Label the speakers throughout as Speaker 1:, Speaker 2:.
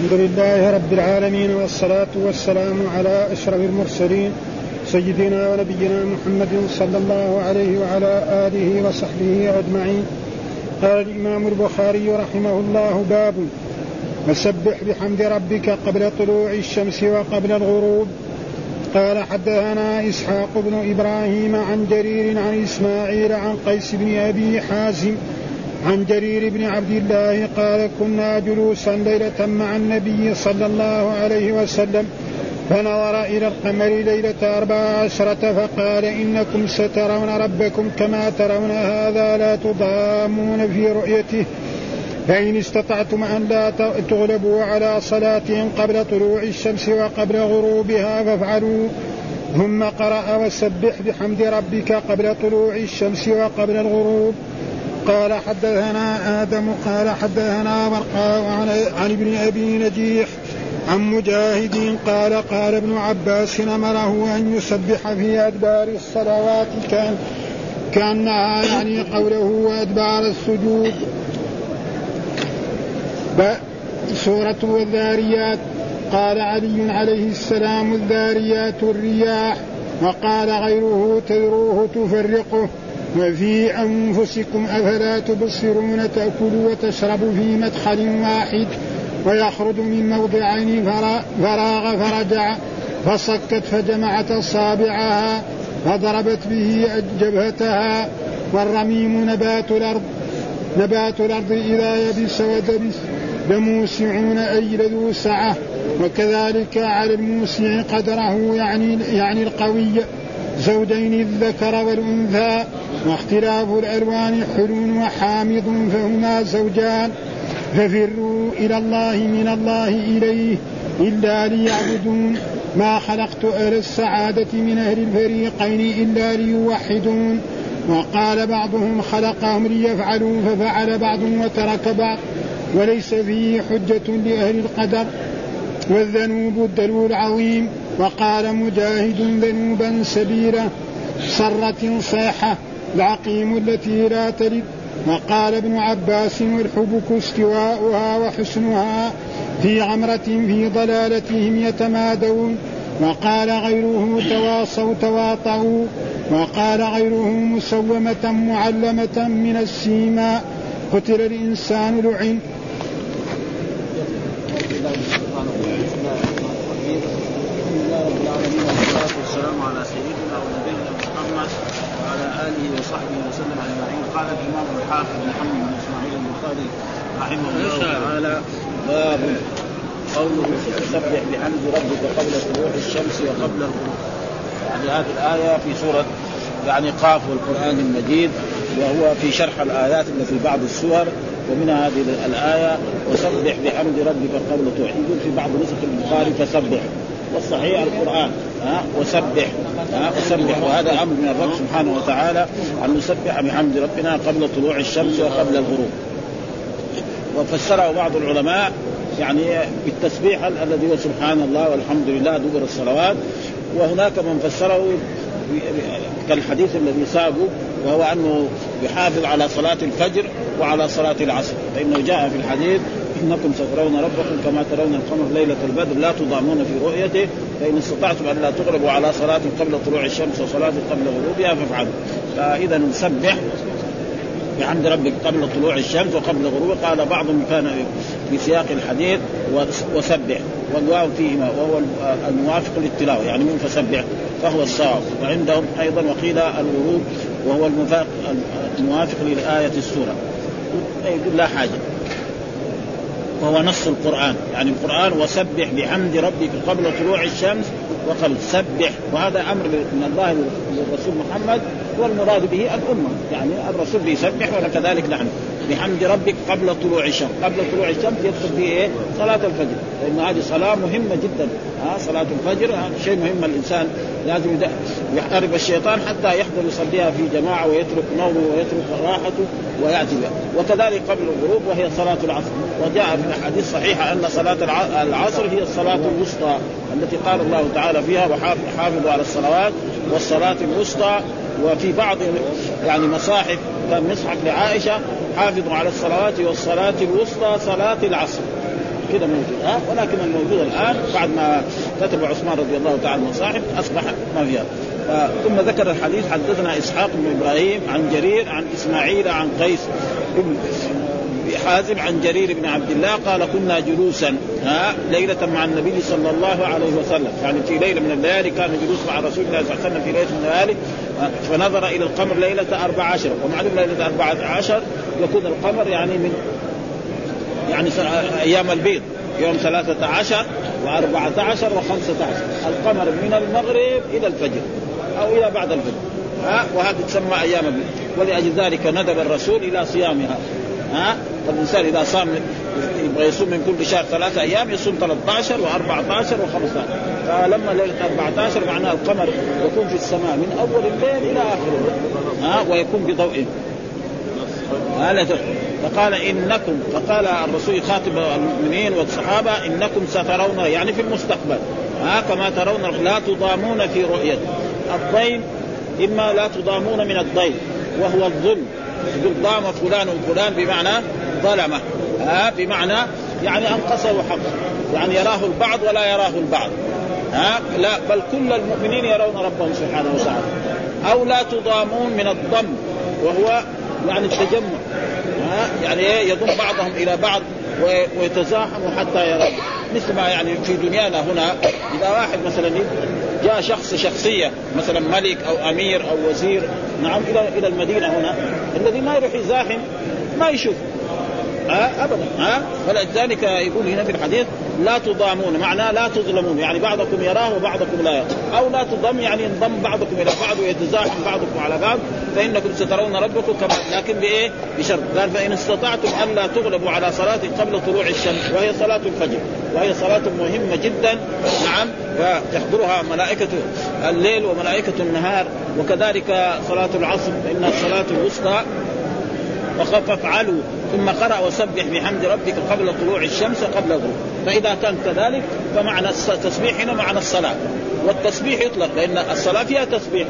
Speaker 1: الحمد لله رب العالمين، والصلاة والسلام على أشرف المرسلين سيدنا ونبينا محمد صلى الله عليه وعلى آله وصحبه أجمعين. قال الإمام البخاري رحمه الله: باب وسبح بحمد ربك قبل طلوع الشمس وقبل الغروب. قال: حدثنا إسحاق بن إبراهيم عن جرير عن إسماعيل عن قيس بن أبي حازم عن جرير بن عبد الله قال: كنا جلوسا ليلة مع النبي صلى الله عليه وسلم فنظر إلى القمر ليلة 14 فقال: إنكم سترون ربكم كما ترون هذا لا تضامون في رؤيته، فإن استطعتم أن لا تغلبوا على صلاتهم قبل طلوع الشمس وقبل غروبها فافعلوا. ثم قرأ: وسبح بحمد ربك قبل طلوع الشمس وقبل الغروب. قال: حدثنا آدم قال حدثنا برقاء عن ابن أبي نجيح عن مجاهد قال: قال ابن عباس: أمره أن يسبح في أدبار الصلوات كأنها يعني قوله وأدبار السجود. سورة الذاريات. قال علي عليه السلام: الذاريات الرياح. وقال غيره: تذروه تفرقه. وفي أنفسكم أفلا تبصرون تأكلوا وتشربوا في مدخل واحد ويخرج من موضعين فراغ فرجع فصكت فجمعت أصابعها فضربت به جبهتها. والرميم نبات الأرض إذا يبس ودبس لموسعون أي لذو سعة. وكذلك على الموسع قدره يعني القوي زوجين الذكر والأنثى. واختلاف الألوان حلو وحامض فهما زوجان. ففروا إلى الله من الله إليه إلا ليعبدون. ما خلقت أهل السعادة من أهل الفريقين إلا ليوحدون. وقال بعضهم: خلقهم ليفعلوا ففعل بعض وترك بعض، وليس فيه حجة لأهل القدر. والذنوب الدلول عظيم. وقال مجاهد: ذنوبا سبيلة صرة صيحة العقيم التي لا تلد. وقال ابن عباس: والحبك استواؤها وحسنها في غمرة في ضلالتهم يتمادون. وقال غيره: تواصوا تواطؤوا. وقال غيره: مسومة معلمة من السيماء قتل الإنسان لعن.
Speaker 2: والسلام على سيدنا ونبينا محمد وعلى آله وصحبه وسلم أجمعين. قال الإمام الحافظ محمد بن إسماعيل البخاري رحمه الله تعالى: باب قوله: سبح بحمد ربك قبل طلوع الشمس وقبل الغروب. يعني هذه الآية في سورة قاف والقرآن المجيد، وهو في شرح الآيات التي في بعض السور، ومنها هذه الآية: وسبح بحمد ربك قبل طلوع. يقول في بعض نسخ البخاري فسبح، والصحيح القرآن وسبح وسبح. وهذا أمر من الرب سبحانه وتعالى أن نسبح بحمد ربنا قبل طلوع الشمس وقبل الغروب. وفسره بعض العلماء يعني بالتسبيح الذي هو سبحان الله والحمد لله دبر الصلوات. وهناك من فسره كالحديث الذي سابه، وهو أنه يحافظ على صلاة الفجر وعلى صلاة العصر، فإنه جاء في الحديث: إنكم سترون ربكم كما ترون القمر ليلة البدر لا تضامون في رؤيته، فإن استطعتم أن لا تغلبوا على صلاة قبل طلوع الشمس وصلاة قبل غروبها فافعلوا. فإذا نسبح بحمد ربك قبل طلوع الشمس وقبل غروبها. قال بعضهم كان في سياق الحديث وسبح، والواو فيهما وهو الموافق للتلاوة، يعني من فسبح فهو الصواب. وعندهم أيضا وقيل الغروب وهو الموافق للآية السورة، يقول لا حاجة، وهو نص القرآن. يعني القرآن: وسبح بحمد ربك قبل طلوع الشمس وقبل سبح. وهذا أمر من الله للرسول محمد، والمراد به الأمة، يعني الرسول بيسبح وكذلك نحن بحمد ربك قبل طلوع الشمس. قبل طلوع الشمس يدخل فيه صلاة الفجر، لأن هذه صلاة مهمة جدا. صلاة الفجر شيء مهم، الإنسان لازم يحارب الشيطان حتى يحضر يصليها في جماعة ويترك نومه ويترك راحته ويأتي بها. وكذلك قبل الغروب وهي صلاة العصر. وجاء في الأحاديث صحيحة أن صلاة العصر هي الصلاة الوسطى التي قال الله تعالى فيها: وحافظوا على الصلوات والصلاة الوسطى. وفي بعض يعني مصاحف كان مصحف لعائشة: حافظوا على الصلوات والصلاة الوسطى صلاة العصر. كده موجود ولكن الموجود الآن بعد ما كتب عثمان رضي الله تعالى المصاحف أصبح ما فيها. ثم ذكر الحديث حدثنا إسحاق بن إبراهيم عن جرير عن إسماعيل عن قيس بن حازم عن جرير بن عبد الله قال كنا جلوسا ليلة مع النبي صلى الله عليه وسلم، يعني في ليلة من الليالي كان جلوس مع رسول الله صلى الله عليه وسلم في ليلة من الليالي، فنظر إلى القمر ليلة 14. ومعلوم ليلة 14 يكون القمر يعني من أيام البيض، يوم 13 و14 و15. القمر من المغرب إلى الفجر أو إلى بعد الفجر وهذه تسمى أيام البيض. ولأجل ذلك ندب الرسول إلى صيامها. فالإنسان إذا صام يبغى يصوم من كل شهر 3 أيام يصوم 13 و14 و15. فلما ليلة 14 معناه القمر يكون في السماء من أول الليل إلى آخر الليل ويكون بضوء. فقال إنكم، فقال الرسول يخاطب المؤمنين والصحابة إنكم سترون يعني في المستقبل كما ترون لا تضامون في رؤية الضيم، إما لا تضامون من الضيم وهو الظلم، ضام فلان وفلان بمعنى ظلمه بمعنى يعني أنقصه حقه، يعني يراه البعض ولا يراه البعض لا، بل كل المؤمنين يرون ربهم سبحانه وتعالى. أو لا تضامون من الضم وهو يعني التجمع، يعني يضم بعضهم إلى بعض ويتزاحموا حتى يرى، مثل ما يعني في دنيانا هنا إذا واحد مثلا جاء شخصية مثلا ملك أو أمير أو وزير إلى المدينة هنا، الذي ما يروح يزاحم ما يشوف أبدا فلذلك يقول هنا في الحديث لا تضامون معناه لا تظلمون، يعني بعضكم يراه وبعضكم لا يراه. أو لا تضم يعني ينضم بعضكم إلى بعض ويتزاحم بعضكم على بعض، فإنكم سترون ربكم كما، لكن بإيه؟ بشرط. قال فإن استطعتم ألا تغلبوا على صلاة قبل طلوع الشمس وهي صلاة الفجر، وهي صلاة مهمة جدا فتحضرها ملائكة الليل وملائكة النهار، وكذلك صلاة العصر إنها الصلاة الوسطى، فافعلوا ثم قرأ وسبح بحمد ربك قبل طلوع الشمس قبل الغروب. فإذا كان كذلك فمعنى التسبيح هنا معنى الصلاة، والتسبيح يطلق لأن الصلاة فيها تسبيح،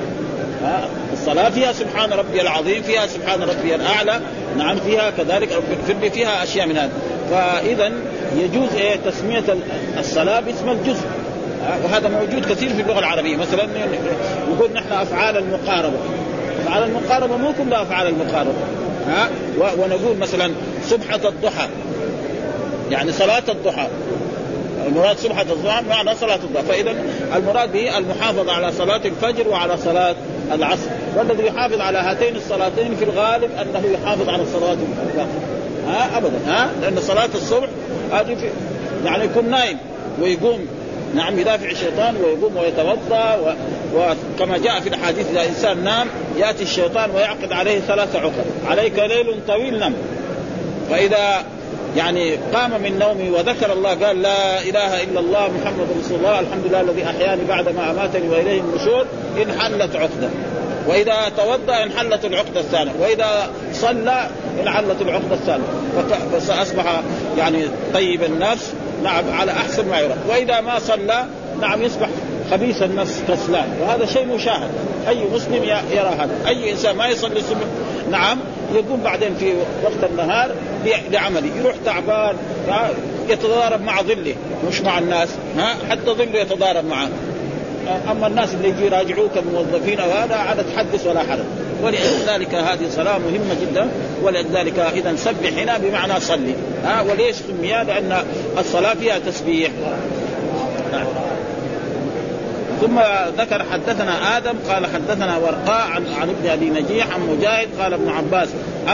Speaker 2: الصلاة فيها سبحان ربي العظيم، فيها سبحان ربي الأعلى، فيها كذلك رب فيها أشياء من هذا. فإذا يجوز تسمية الصلاة باسم الجزء، وهذا موجود كثير في اللغة العربية. مثلا نقول نحن أفعال المقاربة، أفعال المقاربة مو كلها أفعال المقاربة ونقول مثلا سبحة الضحى يعني صلاة الضحى، المراد سبحة الضحى معنى صلاة الضحى. فإذا المراد به المحافظة على صلاة الفجر وعلى صلاة العصر، والذي يحافظ على هاتين الصلاتين في الغالب أنه يحافظ على الصلاة الفجر أبدا لأن صلاة الصبح هذه يعني يكون نايم ويقوم يدافع الشيطان ويقوم ويتوضا، وكما جاء في الحديث إذا إنسان نام يأتي الشيطان ويعقد عليه 3 عقد، عليك ليل طويل نم. فإذا يعني قام من نومه وذكر الله قال لا إله إلا الله محمد رسول الله الحمد لله الذي أحياني بعدما أماتني وإليه النشور، انحلت عقدة. وإذا توضأ انحلت العقدة الثانية، وإذا صلى انحلت العقدة الثالثة، فأصبح يعني طيب النفس على أحسن ما يرى. وإذا ما صلى يصبح خبيث النفس كسلان، وهذا شيء مشاهد، أي مسلم يرى هذا. أي إنسان ما يصلي الصبح يقوم بعدين في وقت النهار لعمله، يروح تعبان يتضارب مع ظله مش مع الناس حتى ظله يتضارب معه. أما الناس اللي يجي يراجعوك الموظفين وهذا عاد تحدث ولا حرج. ولذلك هذه صلاة مهمة جدا، ولذلك إذا سبح هنا بمعنى صلي وليش سميها؟ لأن الصلاة فيها تسبيح. ثم ذكر حدثنا آدم قال حدثنا ورقاء عن ابن أبي نجيح عن مجاهد قال ابن عباس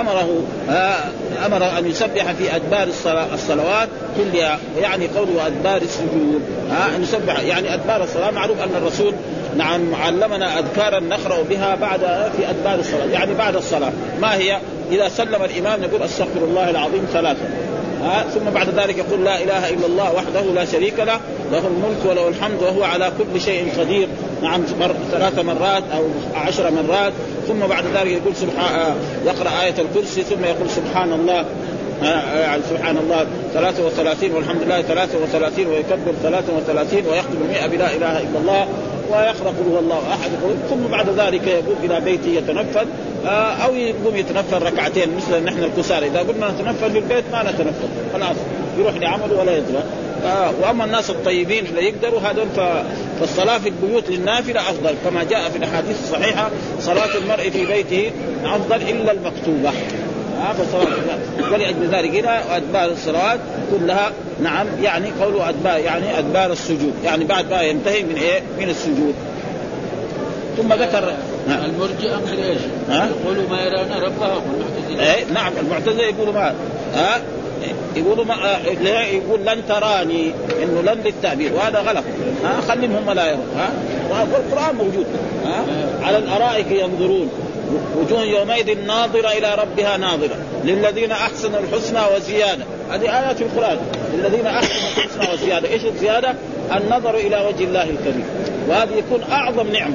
Speaker 2: أمر أن يسبح في أدبار الصلوات كلها، يعني قوله أدبار السجود أن يسبح يعني أدبار الصلاة. معروف أن الرسول علمنا أذكارا نقرأ بها في أدبار الصلاة، يعني بعد الصلاة. ما هي؟ إذا سلم الإمام نقول أستغفر الله العظيم 3، ثم بعد ذلك يقول لا إله إلا الله وحده لا شريك له له الملك وله الحمد وهو على كل شيء قدير 3 مرات أو 10 مرات. ثم بعد ذلك يقول يقرأ آية الكرسي، ثم يقول سبحان الله يعني سبحان الله 33 والحمد لله 33 ويكبر 33 ويختم 100 بلا إله إلا الله ويقرأ قل هو الله أحد. ثم بعد ذلك يقوم إلى بيته يتنفل أو يقوم يتنفل ركعتين مثل نحن الكسالى. إذا قلنا نتنفل في البيت ما نتنفل خلاص يروح لعمله ولا يطلع. وأما الناس الطيبين اللي يقدروا هذول فالصلاة في البيوت للنافلة أفضل، كما جاء في الأحاديث الصحيحة صلاة المرء في بيته أفضل إلا المكتوبة. ولأجل ذلك هنا أدبار الصلوات كلها نعم يعني قولوا أدبار يعني أدبار السجود، يعني بعد ما ينتهي من إيه من السجود. ثم ذكر
Speaker 3: المرجئة ايش؟ يقولوا ما يرانا ربها.
Speaker 2: نعم المعتزلة يقولوا ما يقولوا ما يقول لن تراني، إنه لن للتعبير، وهذا غلط. خليهم هم لا يرون. والقرآن موجود. على الأرائك ينظرون وجوه يومئذ ناظرة إلى ربها ناظرة للذين أحسنوا الحسنى وزيادة. هذه آيات في القرآن، للذين أحسنوا الحسنى وزيادة. إيش الزيادة؟ النظر إلى وجه الله الكريم، وهذه يكون أعظم نعمة.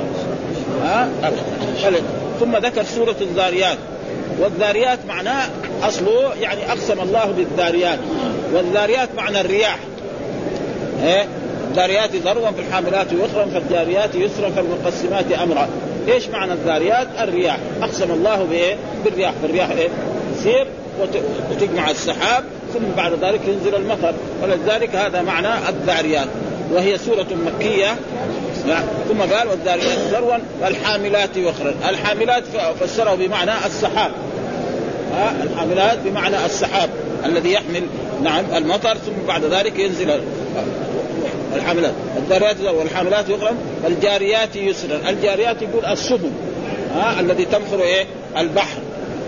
Speaker 2: ثم ذكر سورة الذاريات، والذاريات معناه أصله يعني أقسم الله بالذاريات، والذاريات معنى الرياح. الذاريات ذروا فالحاملات وقرا فالجاريات يسرا فالمقسمات أمرا. إيش معنى الذاريات؟ الرياح. أقسم الله بإيه؟ بالرياح. بالرياح إيه؟ تسير وتجمع السحاب ثم بعد ذلك ينزل المطر، ولذلك هذا معنى الذاريات. وهي سورة مكية. ثم قال والذاريات ذروا والحاملات وقرا. الحاملات فسره بمعنى السحاب. الحاملات بمعنى السحاب الذي يحمل نعم المطر ثم بعد ذلك ينزل الحاملات. الذاريات والحاملات وقرا والجاريات يسرا. الجاريات يقول السفن الذي تمخر إيه البحر.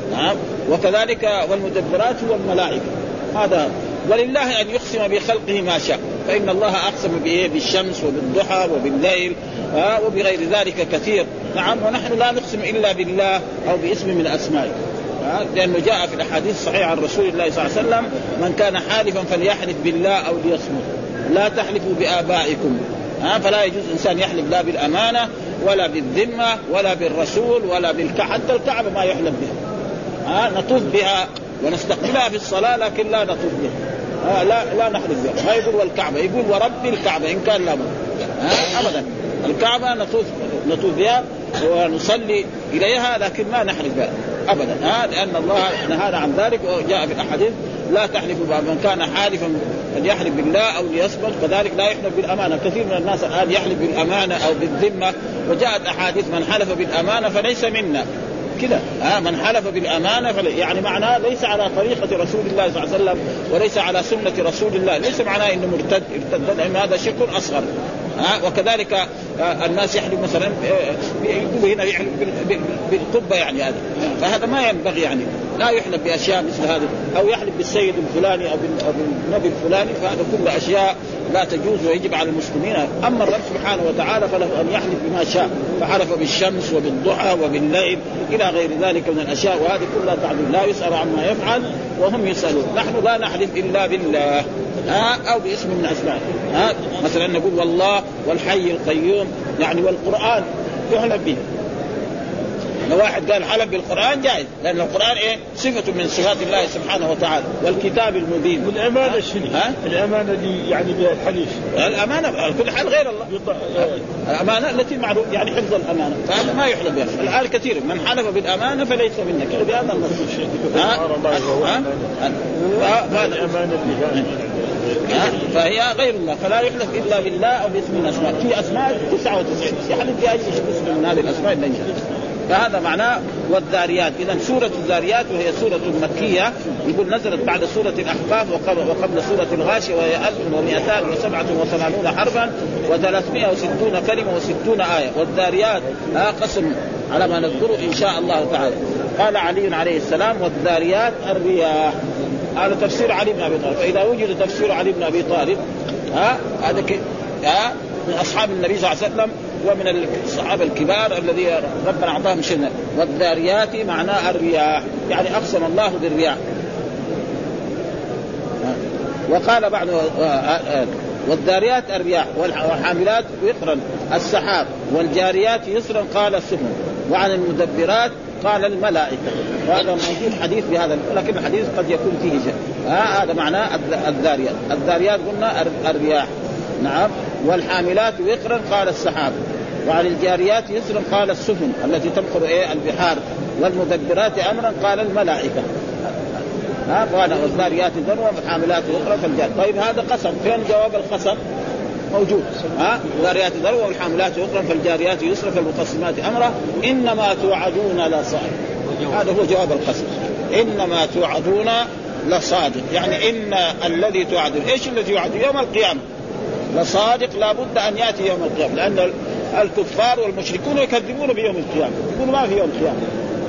Speaker 2: وكذلك والمدبرات هو الملائكة. هذا ولله أن يقسم بخلقه ما شاء، فإن الله أقسم بإيه؟ بالشمس وبالضحى وبالليل وبغير ذلك كثير. نعم ونحن لا نقسم إلا بالله أو باسم من أسمائه، لأنه جاء في الأحاديث الصحيحة عن رسول الله صلى الله عليه وسلم من كان حالفا فليحلف بالله أو ليصمت، لا تحلفوا بآبائكم. فلا يجوز إنسان يحلف لا بالأمانة ولا بالذمة ولا بالرسول ولا بالكعبة. حتى الكعبة ما يحلف بها. نطوف بها ونستقبلها في الصلاة لكن لا نطوف بها. لا نحلف بها. ما يقول والكعبة، يقول ورب الكعبة إن كان لابد. أبدا الكعبة نطوف بها ونصلي إليها لكن ما نحلف بها أبدا. لأن الله نهانا عن ذلك، وجاء في الأحاديث لا تحلفوا من كان حالفا فليحلف بالله أو ليصمت. كذلك لا يحلف بالأمانة. كثير من الناس الآن يحلف بالأمانة أو بالذمة، وجاءت أحاديث من حلف بالأمانة فليس منا كده. من حلف بالأمانة يعني معناه ليس على طريقة رسول الله صلى الله عليه وسلم وليس على سنة رسول الله. ليس معناه إنه مرتد، لأن هذا شرك أصغر. وكذلك الناس يحلف مثلا يقول هنا يحلف بالقبة يعني هذا، فهذا ما ينبغي يعني لا يحلف بأشياء مثل هذه، أو يحلف بالسيد الفلاني أو بالنبي الفلاني، فهذا كل أشياء لا تجوز ويجب على المسلمين. أما الرب سبحانه وتعالى فله أن يحلف بما شاء، فحلف بالشمس وبالضحى وبالليل إلى غير ذلك من الأشياء، وهذه كلها تعلم لا يسأل عما يفعل وهم يسألون. نحن لا نحلف إلا بالله أو باسم من أسمائه. مثلا نقول والله والحي القيوم يعني، والقرآن يحلف به. لو واحد قال حلف بالقرآن جائز، لأن القرآن إيه؟ صفة من صفات الله سبحانه وتعالى، والكتاب المبين.
Speaker 3: والأمانة شنو؟ الأمانة دي يعني بها الحليف.
Speaker 2: الأمانة كل حال غير الله. الأمانة التي معروف يعني حفظ الأمانة، فهذا ما يحلف بها. الآن كثير من حلف بالأمانة فليس منا كذا بهذا النص. فهي غير الله، فلا يحلف إلا بالله أو باسم من أسماء. في أسماء 99 يحلف بأي اسم من هذه الأسماء اللي فهذا معناه والذاريات. إذن سورة الذاريات وهي سورة مكية، يقول نزلت بعد سورة الأحقاف وقبل سورة الغاشية، وهي 1287 حرفا و360 كلمة و60 آية. والذاريات قسم على ما نذكره إن شاء الله تعالى. قال علي عليه السلام والذاريات الرياح. هذا تفسير علي بن أبي طالب. فإذا وجد تفسير علي بن أبي طالب هذا من أصحاب النبي صلى الله عليه وسلم ومن الصحابة الكبار الذي ربنا أعطاهم شنة. والذاريات معناه الرياح، يعني أقسم الله بالرياح. وقال بعد والذاريات الرياح والحاملات وقرا السحاب والجاريات يسرا قال السفن، وعن المدبرات قال الملائكة. وهذا موجود حديث بهذا، لكن الحديث قد يكون فيه شيء. هذا معناه الذاريات. الذاريات قلنا الرياح نعم. والحاملات وقرا قال السحاب، وعن الجاريات يسرا قال السفن التي تمخر البحار، والمدبرات أمرا قال الملائكة. قال والذاريات ذروا والحاملات وقرا فالجاريات. طيب هذا قسم، فين جواب القسم؟ موجود. الذاريات ذروا والحاملات وقرا فالجاريات يسرا فالمقسمات امرا انما توعدون لصادق. هذا هو جواب القسم، انما توعدون لصادق، يعني ان الذي توعدون، ايش الذي يوعدون؟ يوم القيامه لصادق، لا بد ان ياتي يوم القيامه، لان الكفار والمشركون يكذبون بيوم القيامه، يقولوا ما في يوم القيامه.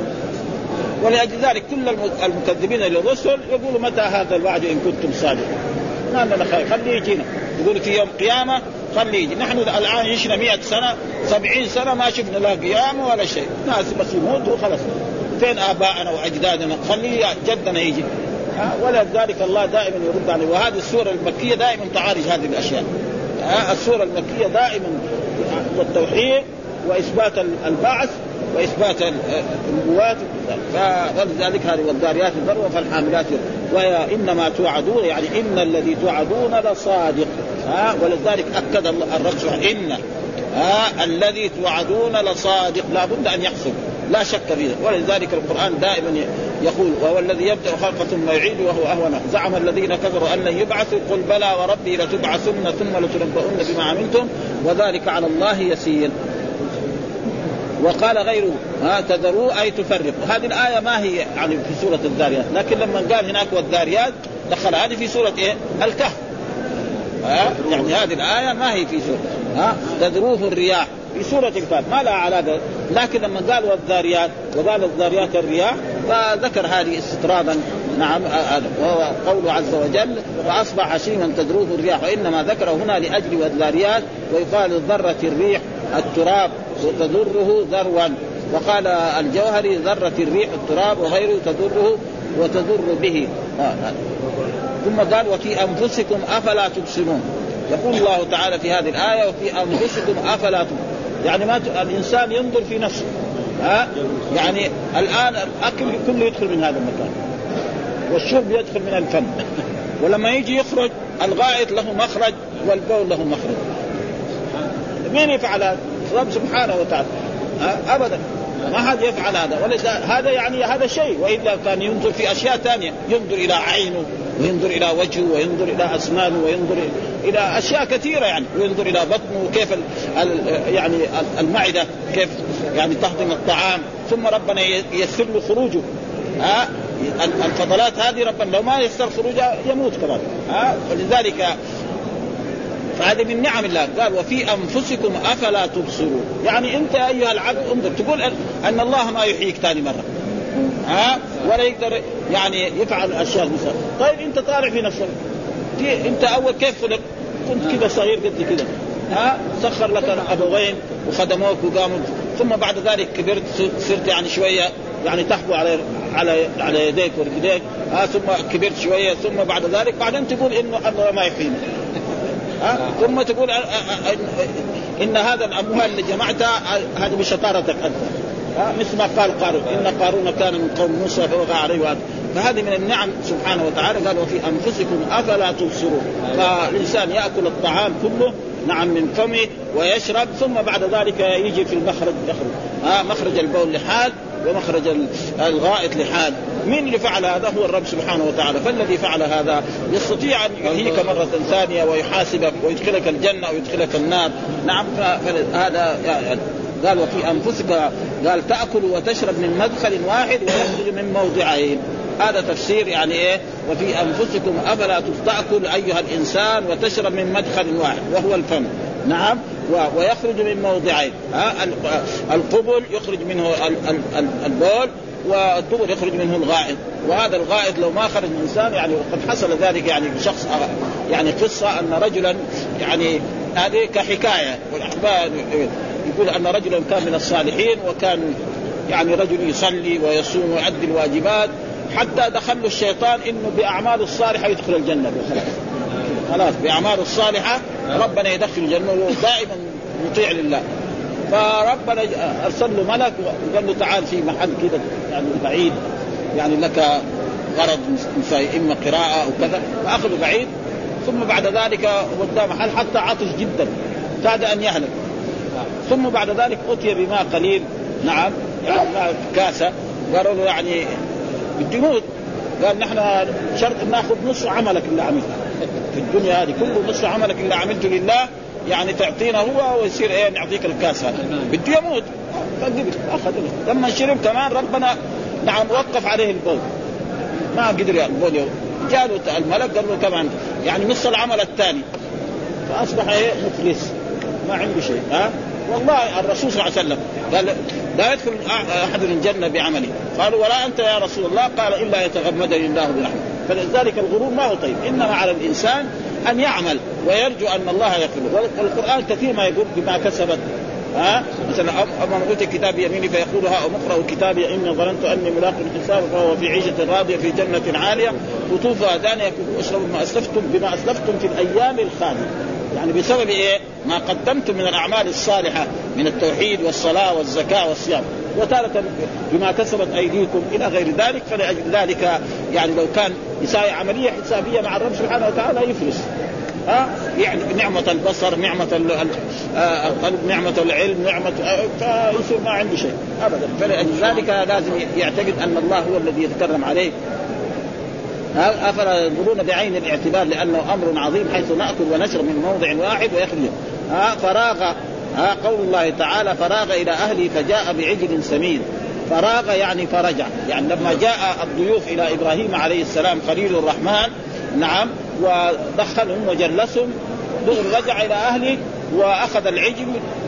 Speaker 2: ولأجل ذلك كل المكذبين للرسل يقولوا متى هذا الوعد إن كنتم صادقين؟ ما لنا خير، خليه يجينا. يقولوا في يوم قيامة خليه يجي. نحن الآن يشنا 100 سنة 70 سنة ما شفنا لا قيامة ولا شيء، ناس بس يموتوا وخلص. فين آباءنا وأجدادنا؟ خليه جدنا يجي. ولذلك الله دائما يرد عليه. وهذه السورة المكية دائما تعالج هذه الأشياء. السورة المكية دائما التوحيد وإثبات البعث وإثبات النبوات. فلذلك هذه والذاريات ذروا فالحاملات وإنما توعدون، يعني إن الذي توعدون لصادق. ولذلك أكد الرب إن الذي توعدون لصادق، لا بد أن يحصل، لا شك فيه. ولذلك القرآن دائما يقول وهو الذي يبدأ خلقه ثم يعيد وهو أهون. زعم الذين كفروا أن لن يبعثوا، قل بلى وربي لتبعثن ثم لتنبؤن بما عملتم وذلك على الله يسير. وقال غيره تذروا أي تفرقوا. هذه الآية ما هي يعني في سورة الذاريات، لكن لما قال هناك والذاريات دخل هذه في سورة الكهف. يعني هذه الآية ما هي في سورة تذروه الرياح في سورة الكهف، ما لها علاقة. لكن لما قال والذاريات وقال الذاريات الرياح فذكر هذه استطرادا. نعم، وهو قوله عز وجل فأصبح هشيما تذروه الرياح، وإنما ذكره هنا لأجل والذاريات. ويقال ذرة الريح التراب وتذره ذروا. وقال الجوهري ذرة الريح التراب وغيره تذره وتذر به. ثم قال وفي أنفسكم أفلا تبصرون. يقول الله تعالى في هذه الآية وفي أنفسكم أفلا تبصرون، يعني ما الإنسان ينظر في نفسه. يعني الآن الأكل كله يدخل من هذا المكان، والشرب يدخل من الفم، ولما يجي يخرج الغائط له مخرج والبول له مخرج. مين يفعل هذا؟ رب سبحانه وتعالى. أبدا ما حد يفعل هذا. هذا يعني هذا شيء، وإلا كان ينظر في أشياء ثانية، ينظر إلى عينه وينظر إلى وجهه وينظر إلى أسنانه وينظر إلى أشياء كثيرة يعني، وينظر إلى بطنه وكيف يعني المعدة كيف يعني تهضم الطعام. ثم ربنا ييسر له خروجه. الفضلات هذه ربنا لو ما ييسر خروجها يموت كمان. ولذلك فهذه من نعم الله. قال وفي أنفسكم أفلا تبصرون، يعني أنت أيها العبد انظر، تقول أن الله ما يحييك ثاني مرة ولا يقدر يعني يفعل أشياء مثلا. طيب أنت طالع في نفسك، أنت أول كيف خلق؟ كنت كده صغير قد كده، سخر لك أبوين وخدموك وقاموا، ثم بعد ذلك كبرت صرت يعني شوية يعني تحبو على يديك ورجليك، ثم كبرت شوية، ثم بعد ذلك بعدين تقول إنه الله ما يحييني، ثم تقول إن هذا الأموال اللي جمعتها هذه بشطارتك أنت، مثل ما قال قارون إن قارون كان من قوم موسى فوقع عليه. فهذه من النعم سبحانه وتعالى. قال وفي أنفسكم أفلا تبصرون. فالإنسان يأكل الطعام كله نعم من فمه ويشرب، ثم بعد ذلك يجي في المخرج يخرج، مخرج البول لحال ومخرج الغائط لحال. مين اللي فعل هذا؟ هو الرب سبحانه وتعالى. فالذي فعل هذا يستطيع أن يحييك مرة ثانية ويحاسبك ويدخلك الجنة ويدخلك النار. نعم، فهذا قال وفي أنفسك، قال تأكل وتشرب من مدخل واحد ويخرج من موضعين. هذا تفسير يعني إيه وفي أنفسكم أفلا تأكل أيها الإنسان وتشرب من مدخل واحد وهو الفم. نعم، ويخرج من موضعين. القبل يخرج منه البول، والدبر يخرج منه الغائط. وهذا الغائط لو ما خرج من إنسان يعني وقد حصل ذلك يعني شخص يعني قصة أن رجلا يعني هذه كحكاية، والأحباب يقول أن رجلا كان من الصالحين وكان يعني رجل يصلي ويصوم ويؤدي الواجبات، حتى دخل الشيطان إنه بأعمال الصالحة يدخل الجنة. خلاص بأعمال الصالحة ربنا يدخل الجنة، ودائما مطيع لله. فربنا أرسل له ملك وقال له تعال في محل كده يعني بعيد، يعني لك غرض إما قراءة أو كذا، فأخذه بعيد. ثم بعد ذلك وداه محل حتى عطش جدا كاد أن يهلك. ثم بعد ذلك أتي بماء قليل، نعم يعني كاسة، قالوا له يعني بالجنود قال نحن شرط ناخذ نصف عملك اللي عملته في الدنيا هذه، كل نصف عملك اللي عملته لله يعني تعطينا هو ويصير ايه نعطيك الكاس هذا. بده يموت فقبل اخذ لما شرب كمان ربنا نعم وقف عليه البول ما قدر البول جاله الملك قال له كمان يعني نص العمل الثاني فاصبح ايه مفلس ما عنده شيء. والله الرسول صلى الله عليه وسلم قال لا يدخل احد الجنه بعمله، قالوا ولا انت يا رسول الله؟ قال الا يتغمدني الله برحمته. فلذلك الغرور ما هو طيب، انما على الانسان ان يعمل ويرجو ان الله يغفر. والقران كثير ما يقول بما كسبت مثلا أما أوتي كتابي يميني فيقول ها أقرأ كتابي إني ظننت أني ملاق حسابي فهو في عيشة راضية في جنة عالية قطوفها دانية يكون أشرب بما أسلفتم في الأيام الخالية. يعني بسبب إيه ما قدمتم من الأعمال الصالحة من التوحيد والصلاة والزكاة والصيام، وتارة بما كسبت أيديكم إلى غير ذلك. فلأجل ذلك يعني لو كان يساوي عملية حسابية مع الرب سبحانه وتعالى يفلس. يعني نعمة البصر، نعمة القلب، نعمة العلم، نعمة فيصير ما عنده شيء أبدا. فلذلك لازم يعتقد أن الله هو الذي يتكرم عليه. أفلا ينظرون بعين الاعتبار لأنه أمر عظيم حيث نأكل ونشرب من موضع واحد ويخرج. فراغ قول الله تعالى فراغ إلى أهله فجاء بعجل سمين. فراغ يعني فرجع، يعني لما جاء الضيوف إلى إبراهيم عليه السلام خليل الرحمن نعم ودخلهم وجلسهم رجع إلى أهله وأخذ العجل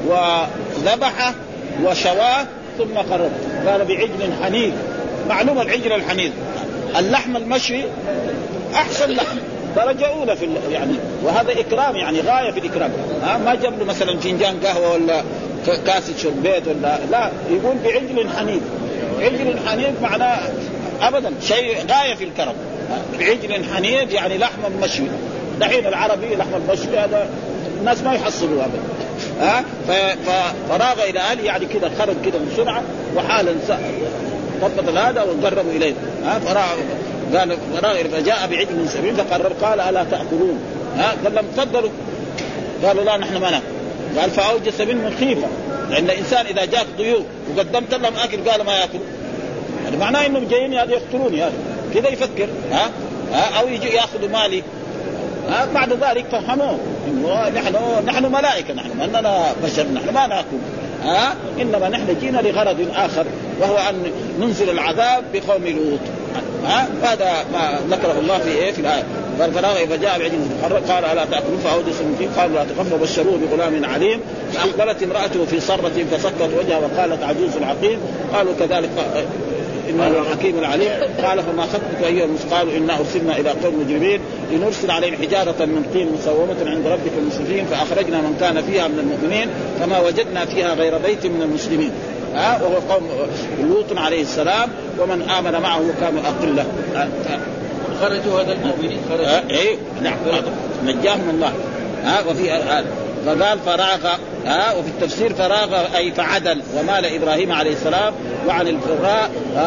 Speaker 2: وذبحه وشواه ثم قرب. قال بعجل حنيذ. معلومة العجل الحنيذ اللحم المشوي أحسن لحم درجة أولى في يعني، وهذا إكرام يعني غاية في الإكرام. ما جاب له مثلا فنجان قهوة ولا كاسة شربات ولا لا، يقول بعجل حنيذ. عجل حنيذ معناه أبدا شيء غاية في الكرم. بعجل حنيذ يعني لحم مشوي. دحين العربي لحم المشوي هذا الناس ما يحصلوا هذا. ففراغ إلى أهله يعني كده خرج كده بسرعة وحالا ضبط هذا وقربوا إليه. قال فراغ فجاء بعجل سمين فقرر قال ألا تأكلون؟ قال لهم تفضلوا. قالوا لا نحن ما نأكل. قال فأوجس منهم خيفة، لأن الإنسان إذا جاء ضيوف وقدمت لهم أكل قال ما يأكل، يعني معناه إنهم جايين هذا يقتلوني هذا كذا يفكر أو يجي يأخذوا مالي. بعد ذلك فهموا إنه نحن ملائكة، نحن أننا بشر، نحن ما نأكل. إنما نحن جينا لغرض آخر وهو أن ننزل العذاب بقوم لوط. هذا ما ذكره الله في الآية. فالفراغ فجاء بعجل قال ألا تأكلون فأوجس منهم خيفة قالوا لا تخف وبشروه بغلام عليم. فأقبلت امرأته في صرة فسكت وجهها وقالت عجوز عقيم. قالوا كذلك إنه الحكيم العليم. قال فما خطبك أيها المرسلون؟ قالوا إنا أرسلنا إلى قوم مجرمين لنرسل عليهم حجارة من طين مسومة عند ربك المسرفين فأخرجنا من كان فيها من المؤمنين فما وجدنا فيها غير بيت من المسلمين. وهو قوم لوط عليه السلام ومن آمن معه كانوا أقلة.
Speaker 3: خرجوا هذا المؤمنين
Speaker 2: خرجوا نعم نجاهم الله. وفي فقال فراغ وفي التفسير فراغ أي فعدل ومال إبراهيم عليه السلام وعن الفراء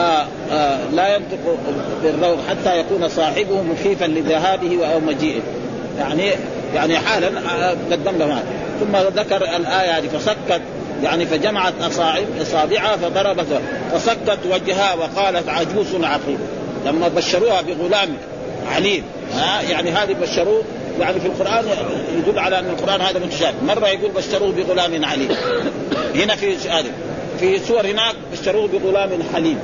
Speaker 2: لا ينطق بالروغ حتى يكون صاحبه مخيفا لذهابه أو مجيئه، يعني حالا قدم له مال. ثم ذكر الآية هذه فسكت يعني فجمعت أصابعها فضربت فسكت وجهها وقالت عجوز عقيم. لما بشروها بغلام عليم يعني هذه بشروه يعني في القرآن يدل على أن القرآن هذا متشابه. مرة يقول بشروه بغلام عليم، هنا في سور هناك بشروه بغلام حليم.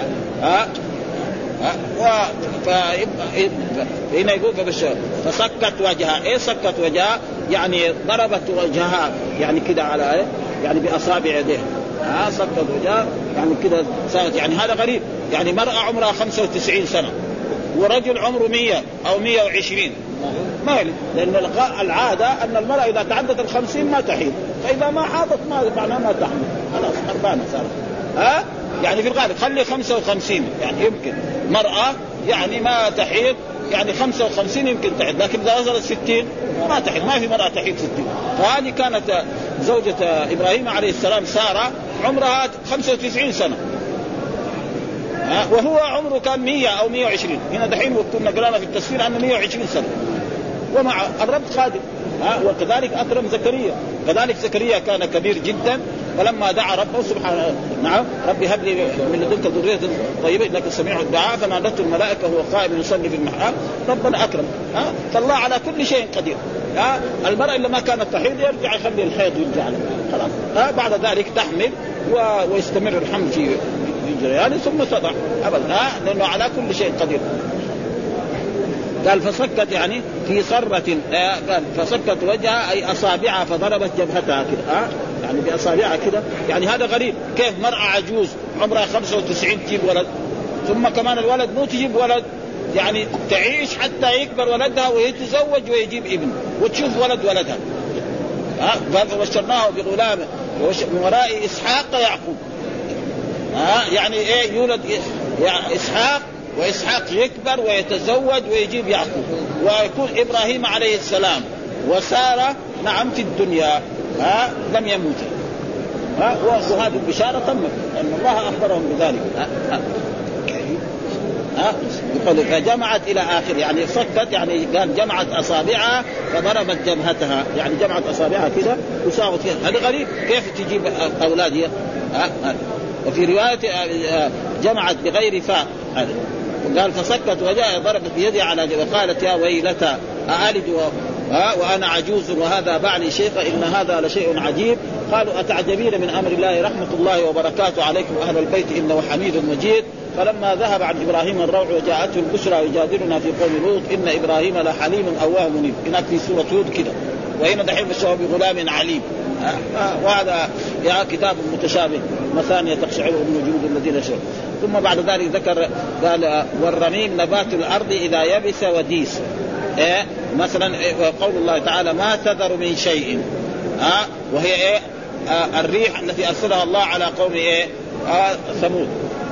Speaker 2: هنا يقول فبشر فسكت وجهها. سكت وجهها يعني ضربت وجهها يعني كده على يعني بأصابع يديه. سكت وجهها يعني كده صارت. يعني هذا غريب، يعني مرأة عمرها 95 سنة ورجل عمره 100 أو 120 ما يلي، لأن العادة أن المرأة إذا تعدت 50 ما تحيض، فإذا ما حاضت ما معناه ما تحمل خلاص أربانة صارت. يعني في الغالب خلي 55 يعني يمكن مرأة يعني ما تحيض يعني 55 يمكن تحيض، لكن إذا وصلت 60 ما تحيض، ما في مرأة تحيض 60. فهذه كانت زوجة إبراهيم عليه السلام سارة عمرها 95 سنة وهو عمره كان 100 أو 120. هنا دحين وكنا قرانا في التفسير أنه 120 سنة ومع الرب قادر. وكذلك أكرم زكريا، كذلك زكريا كان كبير جدا ولما دعا ربه سبحانه نعم ربي هب لي من لدنك ذرية طيبة إنك سميع الدعاء، فنادته الملائكة وهو قائم يصلي في المحراب ربنا أكرم. فالله على كل شيء قدير. المرأة اللي ما كانت تحيض يرجع يخلي الحيض يرجع له خلاص. بعد ذلك تحمل ويستمر الحمل في جريانه ثم تضع أبدا، لأنه على كل شيء قدير. قال فسكت يعني في صرة، قال فسكت وجهها أي أصابعها فضربت جبهتها كده، يعني بأصابعها كده. يعني هذا غريب، كيف مرأة عجوز عمرها 95 تجيب ولد، ثم كمان الولد مو تجيب ولد، يعني تعيش حتى يكبر ولدها ويتزوج ويجيب ابن وتشوف ولدها. قال فبشرناه بغلام من وراء إسحاق يعقوب. يعني إيه يولد يعني إسحاق، وإسحاق يكبر ويتزوج ويجيب يعقوب، ويكون إبراهيم عليه السلام وسارة نعم في الدنيا لم يموت. وهذه البشارة تمت أن الله أخبرهم بذلك. يقول فجمعت إلى آخر، يعني صكت يعني قال جمعت أصابعها فضربت جبهتها، يعني جمعت أصابعها كده وساوت فيها. هذا غريب كيف تجيب أولادها. وفي رواية جمعت بغير فاء. قال فسكت وجاء ضربت بيدي على وقالت يا ويلتى أألد وأنا عجوز وهذا بعلي شيخ إن هذا لشيء عجيب. قالوا أتعجبين من أمر الله رحمة الله وبركاته عليكم أهل البيت إنه حميد مجيد. فلما ذهب عن إبراهيم الروع وجاءته البشرى يجادلنا في قوم لوط إن إبراهيم لحليم أواه منيب. هناك في سورة هود كده، وهنا دحين بشره بغلام عليم. وهذا يا كتاب متشابه مثانية تقشعر من وجود الذين شركوا. ثم بعد ذلك ذكر قال والرميم نبات الأرض إذا يبس وديس. مثلا قول الله تعالى ما تذر من شيء، وهي الريح التي أرسلها الله على قوم ثمود.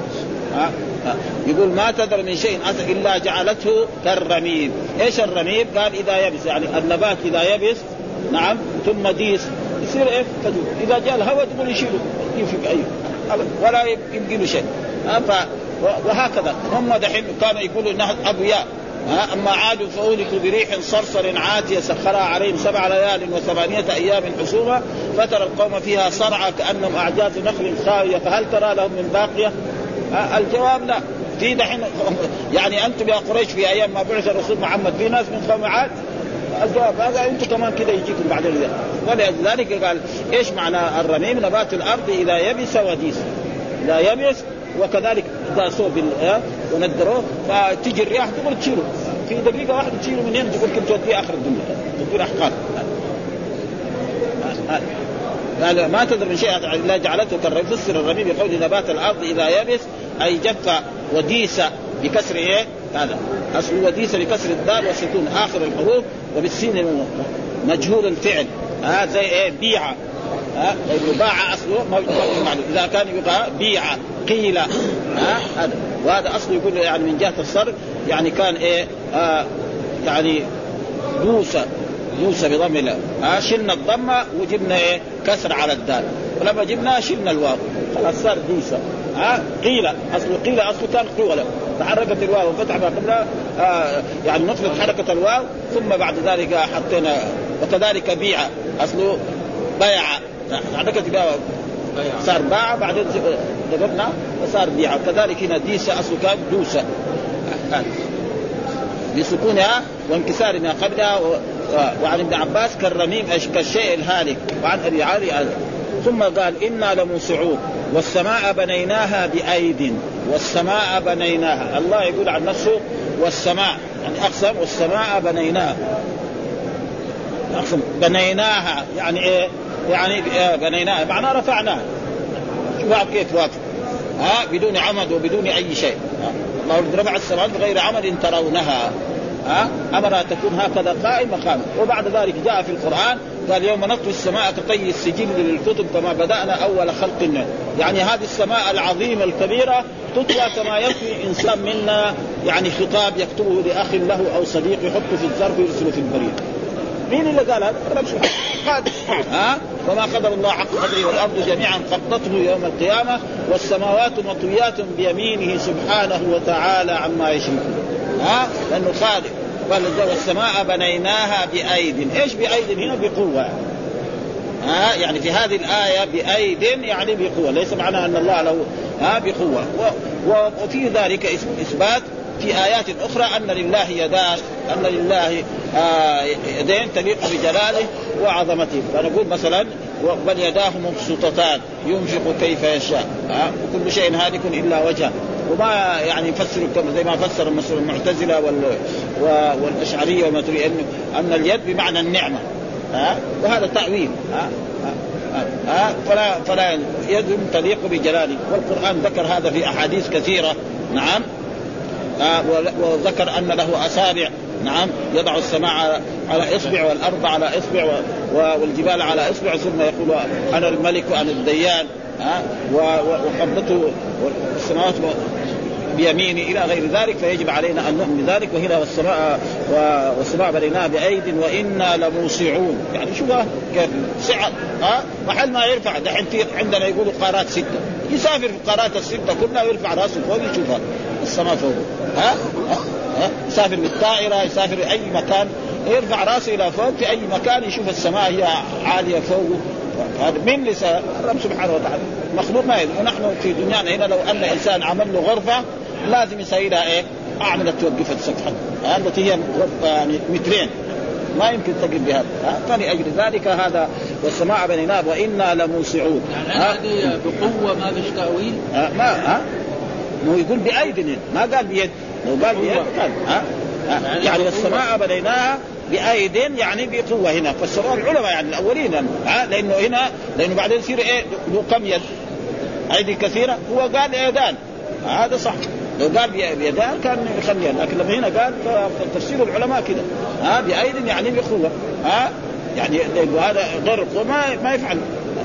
Speaker 2: يقول ما تذر من شيء إلا جعلته كالرميم. إيش الرميم؟ قال إذا يبس، يعني النبات إذا يبس نعم ثم ديس يصير فدود. إذا جاء الهواء تقول يشيله ينفق ولا يبقي له شيء. وهكذا هم دحين كانوا يقولوا إنها أبوياء. أما عاد فأهلكوا بريح صرصر عاتية سخرها عليهم 7 ليال و8 أيام حسوما فترى القوم فيها صرعى كأنهم أعجاز نخل خاوية فهل ترى لهم من باقية؟ الجواب لا. في دحين يعني أنتم يا قريش في أيام ما بعث الرسول محمد في ناس من قوم عاد. الجواب هذا أنتم كمان كده يجيكم بعد ذلك. ولذلك قال إيش معنى الرميم؟ نبات الأرض إذا يبس وديس، إذا يبس وكذلك إذا صوب وندروه فتجي الرياح تقول تشيله في دقيقة واحدة، تشيله من هنا تقول كنت توديه آخر الدنيا تقول أحقاد. قال ما تذر من شيء إلا جعلته كالرميم. فسر الرميم بقول نبات الأرض إذا يبس أي جف وديس بكسر هذا أصل وديس بكسر الدال والسكون آخر الحروف وبالسين مجهول الفعل. زي بيعة، باع أصله معلوم. إذا كان يقال بيع قيل هذا، وهذا أصله يقول يعني من جهة الصرف يعني كان يعني دوسة بضم الله. شلنا الضمة وجبنا كسر على الدال، ولما جبنا شلنا الواو خلاص صار ديسة. قيل أصله كان قولة تحركت الواو وفتح ما قبلها يعني نطلق حركة الواو ثم بعد ذلك حطينا. وكذلك بيع أصله بيع حركة الواو صار باع بعدين ضربنا وصار بيع. كذلك هنا ديسة أصله كان دوسة بسكونها وانكسار ما قبلها. وعن ابن عباس كالرميم كالشيء الهالك. وعن أبي علي ثم قال إنا لموسعون والسماء بنيناها بأيد. والسماء بنيناها، الله يقول عن نفسه والسماء يعني أقسم والسماء بنيناها. أقسم بنيناها يعني إيه؟ يعني بنيناها معناه رفعناها. شوف كيف واقف بدون عمد وبدون أي شيء. الله رفع السماء بغير عمد ترونها، أمرها تكون هكذا قائمة قامة. وبعد ذلك جاء في القرآن قال يوم نطوي السماء كطي السجل للكتب كما بدأنا أول خلق. يعني هذه السماء العظيمة الكبيرة تطوى كما يطوي إنسان منا يعني خطاب يكتبه لأخ له أو صديق يحطه في الظرف ويرسله في البريد. مين اللي قال هذا؟ رب سبحانه. وما قدر الله حق قدره والأرض جميعا قبضته يوم القيامة والسماوات مطويات بيمينه سبحانه وتعالى عما يشركون. لأنه خالق. والسماء بنيناها بأيد. إيش بأيد هنا؟ بقوة. يعني في هذه الآية بأيد يعني بقوة، ليس معنى أن الله له بقوة. وفي ذلك إثبات في آيات أخرى أن لله يدان، أن لله يدين تليق بجلاله وعظمته. فنقول مثلا بل يداه مبسوطتان ينفق كيف يشاء، وكل شيء هالك إلا وجهه. وما يعني يفسر زي ما فسر مثلا المعتزلة والأشعرية والماتريدية أن اليد بمعنى النعمة، وهذا تأويل. فلا يد تليق بجلاله. والقرآن ذكر هذا في أحاديث كثيرة. نعم. وذكر أن له أصابع. نعم. يضع السماء على إصبع والأرض على إصبع والجبال على إصبع، ثم يقول أنا الملك وأنا الديان، وقبضته السماوات بيمينه إلى غير ذلك. فيجب علينا أن نؤمن بذلك. وهنا والسماء بنيناها بأيد وإنا لموسعون. يعني شو كيف سعة محل ما يرفع دحين عندنا يقولوا قارات 6، يسافر في القارات ال6 كلها ويرفع راسه فوق يشوفها السماء فوق. يسافر بالطائرة، يسافر أي مكان يرفع راسه إلى فوق في أي مكان يشوف السماء هي عالية فوق. هذا من لسان الله سبحانه وتعالى مخلوق ما يدري. ونحن في دنيانا هنا لو أن إنسان عمل له غرفة لازم يسيرها أعمل توقف السطح التي هي يعني مترين، ما يمكن تقرب بهذا. فلأجل ذلك هذا والسماء بنيناها وإنا لموسعون.
Speaker 3: يعني هذه بقوة ما فيش تأويل.
Speaker 2: مو يقول بأيد، ما قال بيد. لو قال بيد قال يعني السماء بنيناها بأيد يعني بقوة. هنا فالسماء العلماء يعني الأولين لأنه بعدين يصير له كم يد؟ أيدي كثيرة. هو قال يدان، هذا صح. لو قال بيدان كان يخليها، لكن لما هنا قال تفسير العلماء كده بأيد يعني بقوة. يعني هذا غير القوة ما يفعل.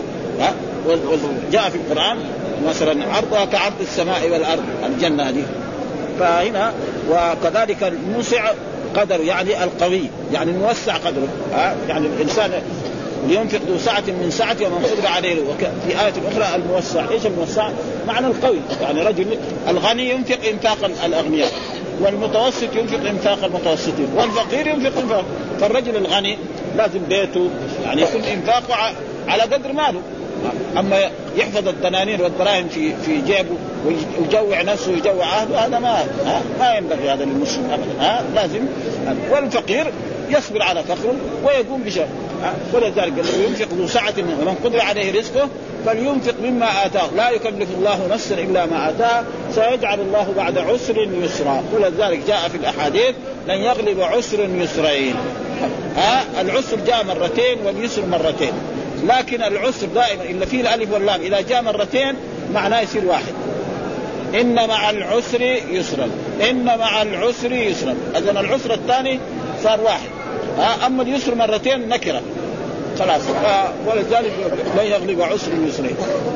Speaker 2: وجاء في القرآن مثلا عرضها كعرض السماء والأرض، الجنة هذه. فهنا وكذلك الموسع قدر يعني القوي، يعني الموسع قدره. يعني الإنسان لينفق ذو سعة من سعته ومن قدر عليه. وفي آية أخرى الموسع، إيش الموسع؟ معنى القوي. يعني رجل الغني ينفق إنفاق الأغنياء، والمتوسط ينفق إنفاق المتوسطين، والفقير ينفق إنفاق. فالرجل الغني لازم بيته يعني يكون إنفاقه على قدر ماله. أما يحفظ الدنانير والدراهم في جيبه ويجوع نفسه ويجوع أهله، هذا ما ينبغي هذا للمسلم أبدا. لازم. والفقير يصبر على فقره ويقوم بشيء. ولذلك ينفق ذو سعة ومن قدر عليه رزقه فلينفق مما آتاه لا يكلف الله نفسا إلا ما آتاه سيجعل الله بعد عسر يسرا. ولذلك جاء في الأحاديث لن يغلب عسر يسرين. العسر جاء مرتين واليسر مرتين، لكن العسر دائما إلا فيه الألف واللام إذا جاء مرتين معناه يصير واحد. إن مع العسر يسرا، إن مع العسر يسرا. إذن العسر الثاني صار واحد. أما اليسر مرتين نكرة خلاص. ولذلك لا يغلب عسر يسرين.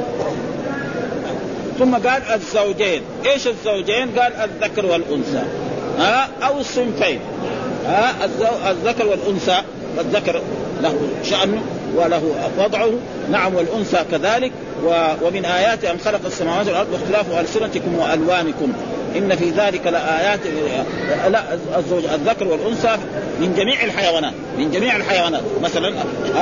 Speaker 2: ثم قال الزوجين. إيش الزوجين؟ قال الذكر والأنثى أو الصنفين. الذكر والأنثى، الذكر له شأنه وله وضعه، نعم، والأنثى كذلك. ومن آيات أن خلق السماوات والأرض واختلاف ألسنتكم وألوانكم إن في ذلك لآيات. لا، الذكر والأنثى من جميع الحيوانات، من جميع الحيوانات. مثلا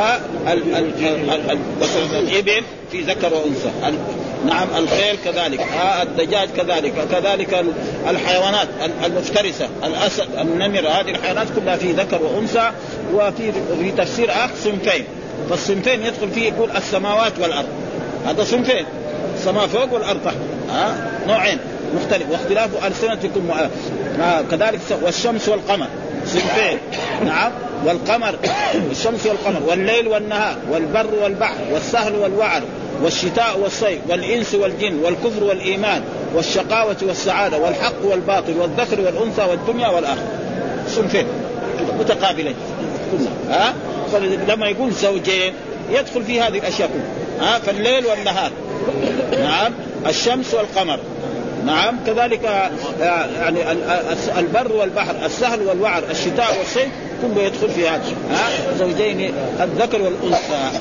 Speaker 2: الإبل في ذكر وأنثى، نعم، الخيل كذلك، الدجاج كذلك الحيوانات المفترسة، الأسد، النمر، هذه الحيوانات كلها في ذكر وأنثى. وفي تفسير آخر صنفين. فالصنفين يدخل فيه يقول السماوات والأرض، هذا صنفين، السماء فوق والأرض تحت، نوعين مختلف. واختلاف ألسنتكم كذلك. والشمس والقمر صنفين، نعم، والقمر، الشمس والقمر، والليل والنهار، والبر والبحر، والسهل والوعر، والشتاء والصيف، والإنس والجن، والكفر والإيمان، والشقاوة والسعادة، والحق والباطل، والذكر والأنثى، والدنيا والآخرة. صنفين متقابلين كلها. فلما يقول زوجين يدخل في هذه الأشياء كلها. فالليل والنهار، نعم، الشمس والقمر، نعم، كذلك يعني البر والبحر، السهل والوعر، الشتاء والصيف، كله يدخل في هذا. زوجين الذكر والأنثى.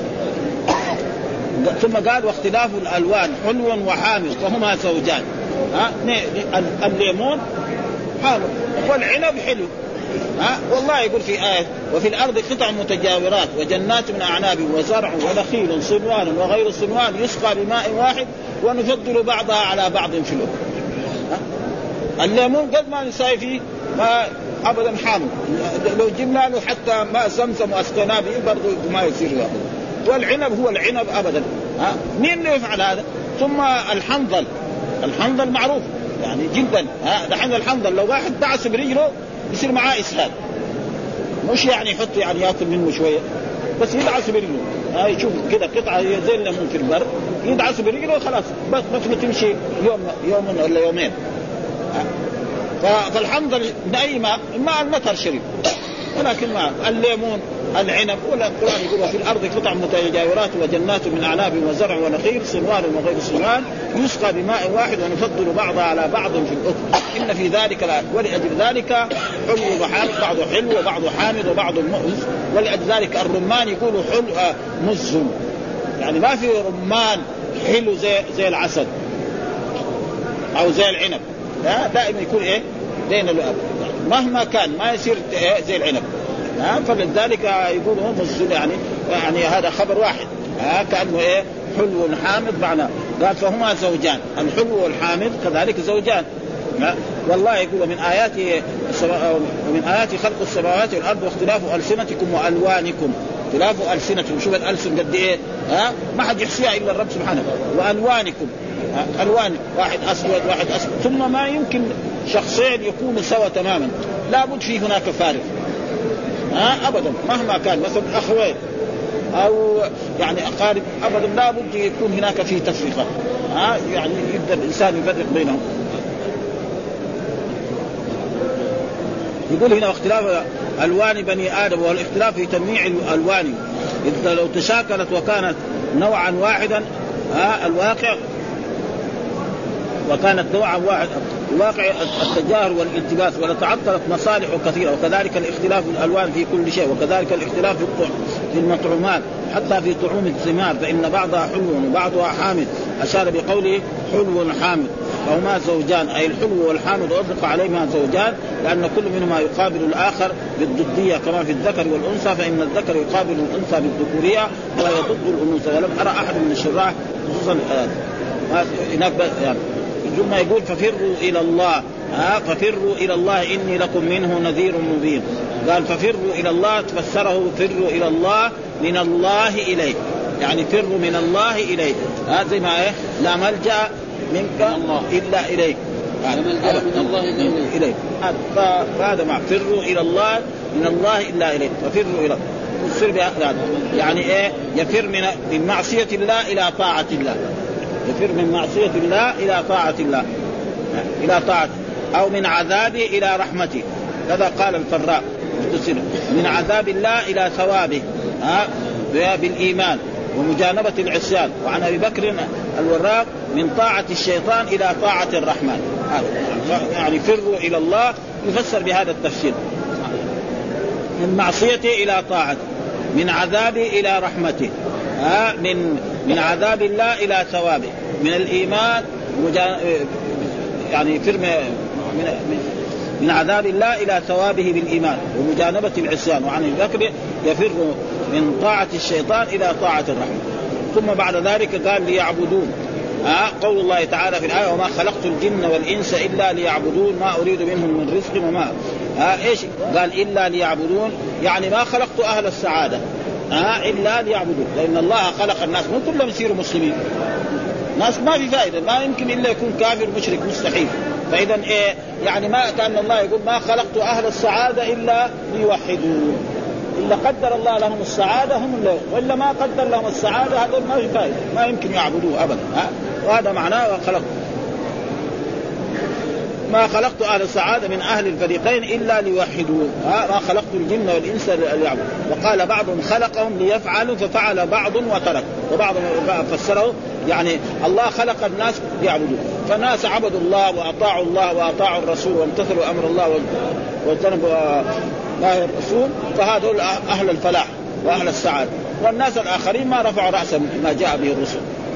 Speaker 2: ثم قال واختلاف الألوان حلو وحامض فهما زوجان. الليمون حامض والعنب حلو، والله يقول في آية وفي الأرض قطع متجاورات وجنات من أعناب وزرع ونخيل صنوان وغير صنوان يسقى بماء واحد ونفضل بعضها على بعض في الأرض. الليمون قد ما نساوي فيه ما أبدا حامل، لو جبنا له حتى ماء زمزم وأسقيناه به برضو ما يصير له. والعنب هو العنب أبدا. مين اللي يفعل هذا؟ ثم الحنظل معروف يعني جدا. دحين الحنظل لو واحد دعس برجله يصير معاه إسهال، مش يعني يحط يعني يأكل منه شوية بس يدعس برجله. يشوف كده قطعة زي الليمون في البر يدعس برجله خلاص بس تمشي يوم ولا يومين. فالحنظل من أي ماء المطر شريف، ولكن مع الليمون العنب ولا القرآن يقول في الأرض قطع متجاورات وجنات من أعناب وزرع ونخيل صنوان وغير صنوان يسقى بماء واحد ونفضل بعضها على بعض في الأكل إن في ذلك ولأجل ذلك حلو وحامض، بعضه حلو وبعضه حامض وبعضه مؤذ. ولأجل ذلك الرمان يقولوا حلو مزن، يعني ما في رمان حلو زي العسل أو زي العنب، دائما يكون بين الأب مهما كان ما يصير زي العنب. فلذلك يقولوا مزن يعني هذا خبر واحد كأنه حلو حامض معناه. قال فهما زوجان، الحلو والحامض كذلك زوجان. والله يقول ومن آيات خلق السماوات والأرض واختلاف ألسنتكم وألوانكم. اختلاف ألسنتكم، شوف الألسن قد ما حد يحصيها إلا الرب سبحانه. وألوانكم ألوان، واحد أسود واحد أسود، ثم ما يمكن شخصين يكونوا سوا تماما، لا بد في هناك فارق أبدا مهما كان مثلا أخوين أو يعني أقارب أبدا لا بد يكون هناك في تفرقة. يعني يبدأ الإنسان يفرق بينهم. يقول هنا واختلاف ألوان بني آدم والاختلاف في تنويع الألوان إذا لو تشاكلت وكانت نوعا واحدا الواقع وكانت نوعا واحد الواقع التجاهر والالتباس ولتعطلت مصالح كثيرة. وكذلك الاختلاف الألوان في كل شيء، وكذلك الاختلاف في المطعومات حتى في طعوم الثمار فإن بعضها حلو وبعضها حامض. أشار بقوله حلو حامض فهما زوجان، أي الحلو والحامض أطلق عليهما زوجان لأن كل منهما يقابل الآخر بالضدية كما في الذكر والأنثى، فإن الذكر يقابل الأنثى بالذكورية ولا يضد الأنوثة. ولم أرى أحد من الشراح خصوصا هناك يعني ثم يقول ففروا إلى الله ففروا إلى الله إني لكم منه نذير مبين. قال ففروا إلى الله تفسره فروا إلى الله من الله إليه، يعني فروا من الله إليه. زي ما لا ملجأ منك إلا إليك،
Speaker 3: لا ملجأ من الله إليه.
Speaker 2: فهذا مع فروا إلى الله من الله إلا إليه. ففروا إلى يعني يفر من معصية الله إلى طاعة الله، يفر من معصية الله إلى طاعة الله، إلى طاعة أو من عذابه إلى رحمته. هذا قال الفراء من عذاب الله إلى ثوابه بالإيمان ومجانبة العصيان. وعن أبي بكر الوراق من طاعة الشيطان إلى طاعة الرحمن. يعني فروا إلى الله يفسر بهذا التفسير، من معصيته إلى طاعته، من عذابه إلى رحمته، من عذاب الله إلى ثوابه، من الإيمان يعني فر من عذاب الله إلى ثوابه بالإيمان ومجانبة العصيان. وعن الذكر يفر من طاعة الشيطان إلى طاعة الرحمن. ثم بعد ذلك قال ليعبدون. قول الله تعالى في الآية وما خلقت الجن والإنس إلا ليعبدون ما أريد منهم من رزق وما إيش قال إلا ليعبدون، يعني ما خلقت أهل السعادة إلا ليعبدون، لأن الله خلق الناس من كلهم يصيروا مسلمين، ناس ما في فائدة، ما يمكن إلا يكون كافر مشرك مستحيل. فإذا يعني ما كان الله يقول ما خلقت أهل السعادة إلا ليوحدون، إلا قدر الله لهم السعادة هم اللي، وإلا ما قدر لهم السعادة هذول ما في فائدة، ما يمكن يعبدوه أبدا. وهذا معناه ما خلقت أهل السعادة من أهل الفريقين إلا ليوحدون، ما خلقت الجن والإنس ليعبدون. وقال بعضهم خلقهم ليفعلوا ففعل بعض وترك، وبعضهم فسره يعني الله خلق الناس ليعبدوا، فالناس عبدوا الله وأطاعوا الله وأطاعوا الرسول وامتثلوا أمر الله واجتنبوا نهي الرسول، فهذول أهل الفلاح وأهل السعادة. والناس الآخرين ما رفعوا رأسا ما جاء به الرسل.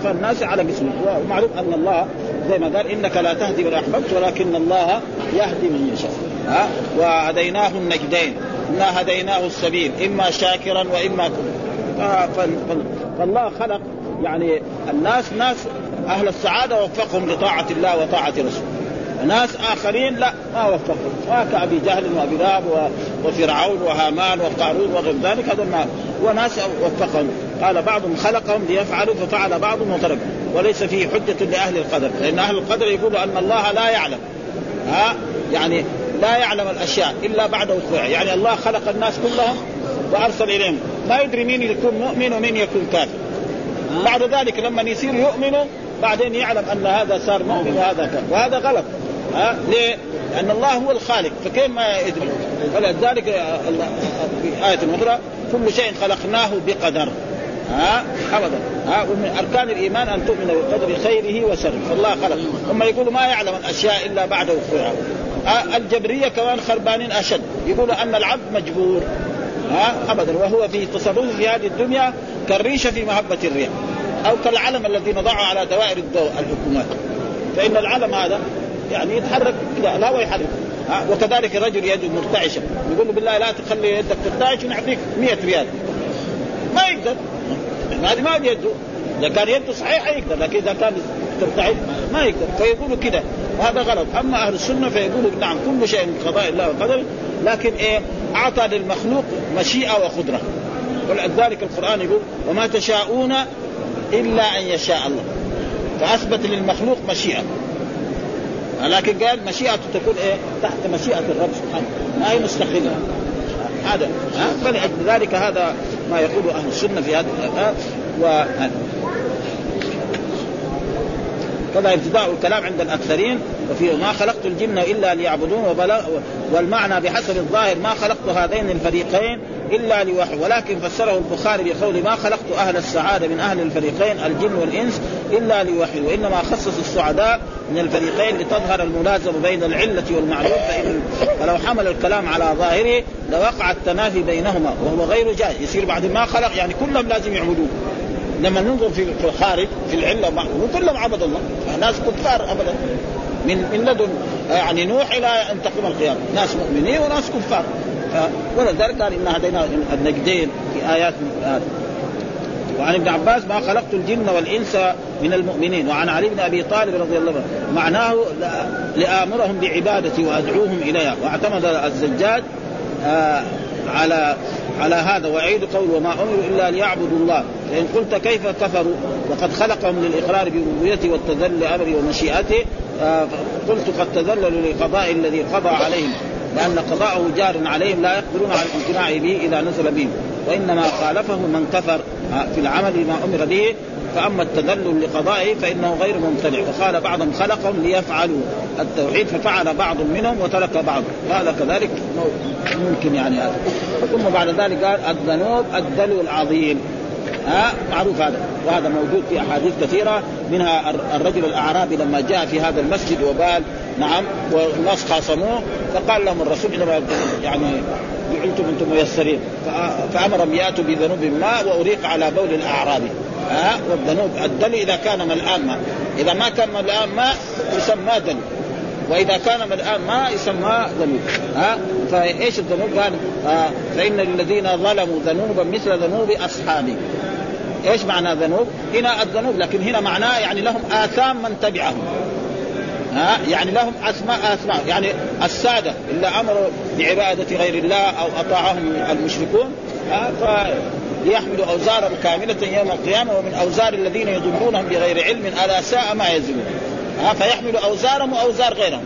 Speaker 2: أخفى الناس على قسمه. ومعلوم أن الله زي ما قال إنك لا تهدي من أحببت ولكن الله يهدي من يشاء. وهديناه النجدين إنا هديناه السبيل إما شاكرا وإما كفورا. فالله خلق يعني الناس ناس أهل السعادة ووفقهم لطاعة الله وطاعة رسوله، ناس آخرين لا ما وفقهم، كأبي جهل وأبي لهب وفرعون وهامان وقارون وغير ذلك، هذا ما وناس وفقهم. قال بعضهم خلقهم ليفعلوا ففعل بعضهم وترك، وليس فيه حجة لأهل القدر، لأن أهل القدر يقولوا أن الله لا يعلم يعني لا يعلم الأشياء إلا بعد وقوعها. يعني الله خلق الناس كلهم وأرسل إليهم، ما يدري مين يكون مؤمن ومين يكون كافر. بعد ذلك لما يصير يؤمنوا بعدين يعلم أن هذا صار مؤمن وهذا كافر، وهذا غلط. ليه؟ لأن الله هو الخالق، فكيف ما يدري؟ ولذلك في آية أخرى كل شيء خلقناه بقدر. أبدا. ومن أركان الإيمان أن تؤمن بالقدر خيره وشره، فالله خلق. هم يقولوا ما يعلم الأشياء إلا بعد وقوعها. الجبرية كمان خربانين أشد، يقولوا أن العبد مجبور. أبدا. وهو في تصرفه في هذه الدنيا كالريشة في مهبة الريح، أو كالعلم الذي نضعه على دوائر الحكومات. فإن العلم هذا يعني يتحرك كذا، لا هو يحرك. وكذلك الرجل يده مرتعشة، يقول له بالله لا تخلي يدك ترتعش ونعطيك 100 ريال، ما يقدر. هذه ما بيده، إذا كان يده صحيحة يقدر، لكن إذا كان ترتعش ما يقدر. فيقولوا كده، وهذا غلط. أما أهل السنة فيقولوا نعم كل شيء من قضاء الله وقدره، لكن أعطى للمخلوق مشيئة وقدرة. ولذلك القرآن يقول وما تشاءون إلا أن يشاء الله، فأثبت للمخلوق مشيئة، لكن قال مشيئة تكون تحت مشيئة الرب سبحانه، ما هي مستقلة. هذا فلذلك هذا ما يقول أهل السنة في هذا كذا ابتداء الكلام عند الأكثرين. وفي ما خلقت الجن إلا ليعبدون، والمعنى بحسب الظاهر ما خلقت هذين الفريقين إلا لوحي، ولكن فسره البخاري بقول ما خلقت أهل السعادة من أهل الفريقين الجن والإنس إلا لوحي، وإنما خصص السعداء من الفريقين لتظهر الملازمة بين العلة والمعلوم. فلو حمل الكلام على ظاهره لوقع التنافي بينهما، وهو غير جائز. يصير بعد ما خلق يعني كلهم لازم يعبدوه. لما ننظر في الخارج في العلة وكلهم عبد الله، ناس كفار أبدا من لدن يعني نوح إلى أن تقوم القيامة، ناس مؤمنين وناس كفار. ولذلك قال إن هدينا النجدين في آيات هذه. وعن ابن عباس ما خلقت الجن والإنس من المؤمنين. وعن علي بن أبي طالب رضي الله عنه معناه لآمرهم بعبادتي وأدعوهم إليها. واعتمد الزجاج على هذا، وأعيد قول وما أمروا إلا ليعبدوا الله. فإن قلت كيف كفروا وقد خلقهم للإقرار بربوبيته والتذلل لأمره ومشيئته، قلت قد تذللوا لقضاء الذي قضى عليهم، لأن قضاءه جار عليهم لا يقدرون على الامتناع به إذا نزل بهم، وإنما خالفه من كفر في العمل ما أمر به. فأما التذلل لقضائه فإنه غير ممتنع. وقال بعضهم خلقهم ليفعلوا التوحيد ففعل بعض منهم وترك بعض، هذا كذلك ممكن يعني هذا. ثم بعد ذلك قال الذنوب الدلو العظيم، معروف هذا، وهذا موجود في أحاديث كثيرة، منها الرجل الأعرابي لما جاء في هذا المسجد وبال نعم والناس خاصموه، فقال لهم الرسول إنما يعني جعلتم أنتم ميسرين، فأمرهم يأتوا بذنوب ماء وأريق على بول الأعرابي. والذنوب الدلو إذا كان ملآن ماء، إذا ما كان ملآن ماء يسمى دلو، وإذا كان ملآن ماء يسمى ذنوب. فإيش الذنوب؟ قال فإن الذين ظلموا ذنوبا مثل ذنوب أصحابه. إيش معنى ذنوب؟ هنا الذنوب، لكن هنا معناه يعني لهم آثام من تبعهم، يعني لهم أسماء يعني السادة اللي أمروا بعبادة غير الله أو أطاعهم المشركون فليحملوا أوزارهم كاملة يوم القيامة ومن أوزار الذين يضلونهم بغير علم ألا ساء ما يزنون. فيحملوا أوزارهم وأوزار غيرهم.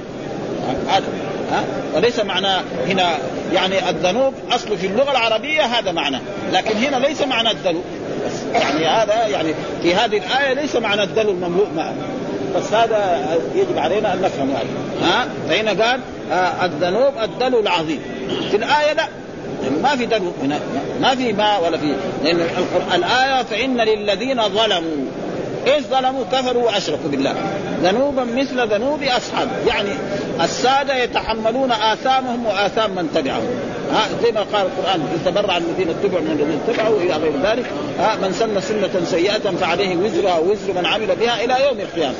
Speaker 2: وليس معنى هنا يعني الذنوب أصل في اللغة العربية هذا معنى، لكن هنا ليس معنى الذنوب يعني هذا يعني في هذه الآية ليس معنى الذنوب المملوء معه، بس هذا يجب علينا أن نفهم هذا. فهنا قال الذنوب الدلو العظيم، في الآية لا يعني ما في دلو هنا، ما في ماء ولا في، لأن الآية فإن للذين ظلموا إيش ظلموا؟ كفروا وأشركوا بالله ذنوبا مثل ذنوب أصحاب، يعني السادة يتحملون آثامهم وآثام من تبعهم. زي ما قال القرآن يتبرع الذين اتبعوا من الذين اتبعوا إلى غير ذلك. من سن سنة سيئة فعليه وزرها وزر من عمل بها إلى يوم القيامة.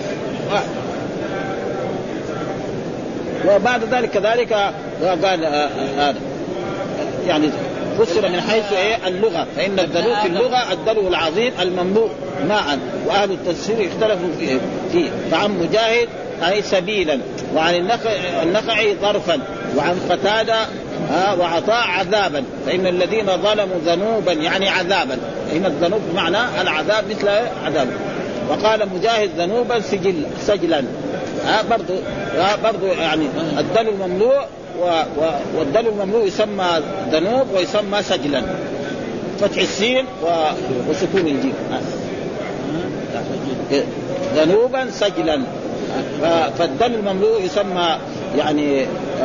Speaker 2: وبعد ذلك كذلك قال هذا يعني فسر من حيث اللغة، فإن الذنوب في اللغة الدلو العظيم المملوء ماء، وأهل التفسير اختلفوا فيه. فعن مجاهد أي سبيلا، وعن النخعي ظرفا، وعن قتادة وعطاء عذابا، فإن الذين ظلموا ذنوبا يعني عذابا، فإن الذنوب بمعنى العذاب مثل عذاب. وقال مجاهد ذنوبا سجلا، برضو يعني الدلو المملوء والدلو المملوء يسمى ذنوب ويسمى سجلا، فتح السين وسكون الجيم، ذنوبا سجلا. فالدلو المملوء يسمى يعني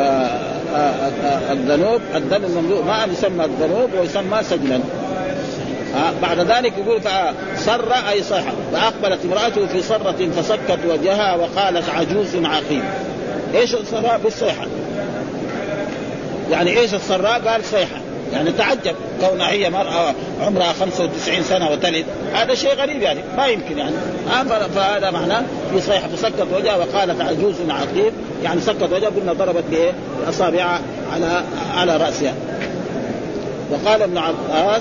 Speaker 2: الذنوب، الدلو المملوء ما يسمى الذنوب ويسمى سجلا. بعد ذلك يقول فصر أي صيحة، فأقبلت امرأته في صرة فسكت وجهها وقالت عجوز عقيم. إيش الصراء بالصيحة؟ يعني إيش الصراء؟ قال صيحة، يعني تعجب كونها هي مرأة عمرها 95 سنة وتلد، هذا شيء غريب يعني ما يمكن يعني. فهذا معناه في صيحة فسكت وجهها وقالت عجوز عقيم، يعني سكت وجهها قلنا ضربت بأصابعها على رأسها. وقال ابن عباس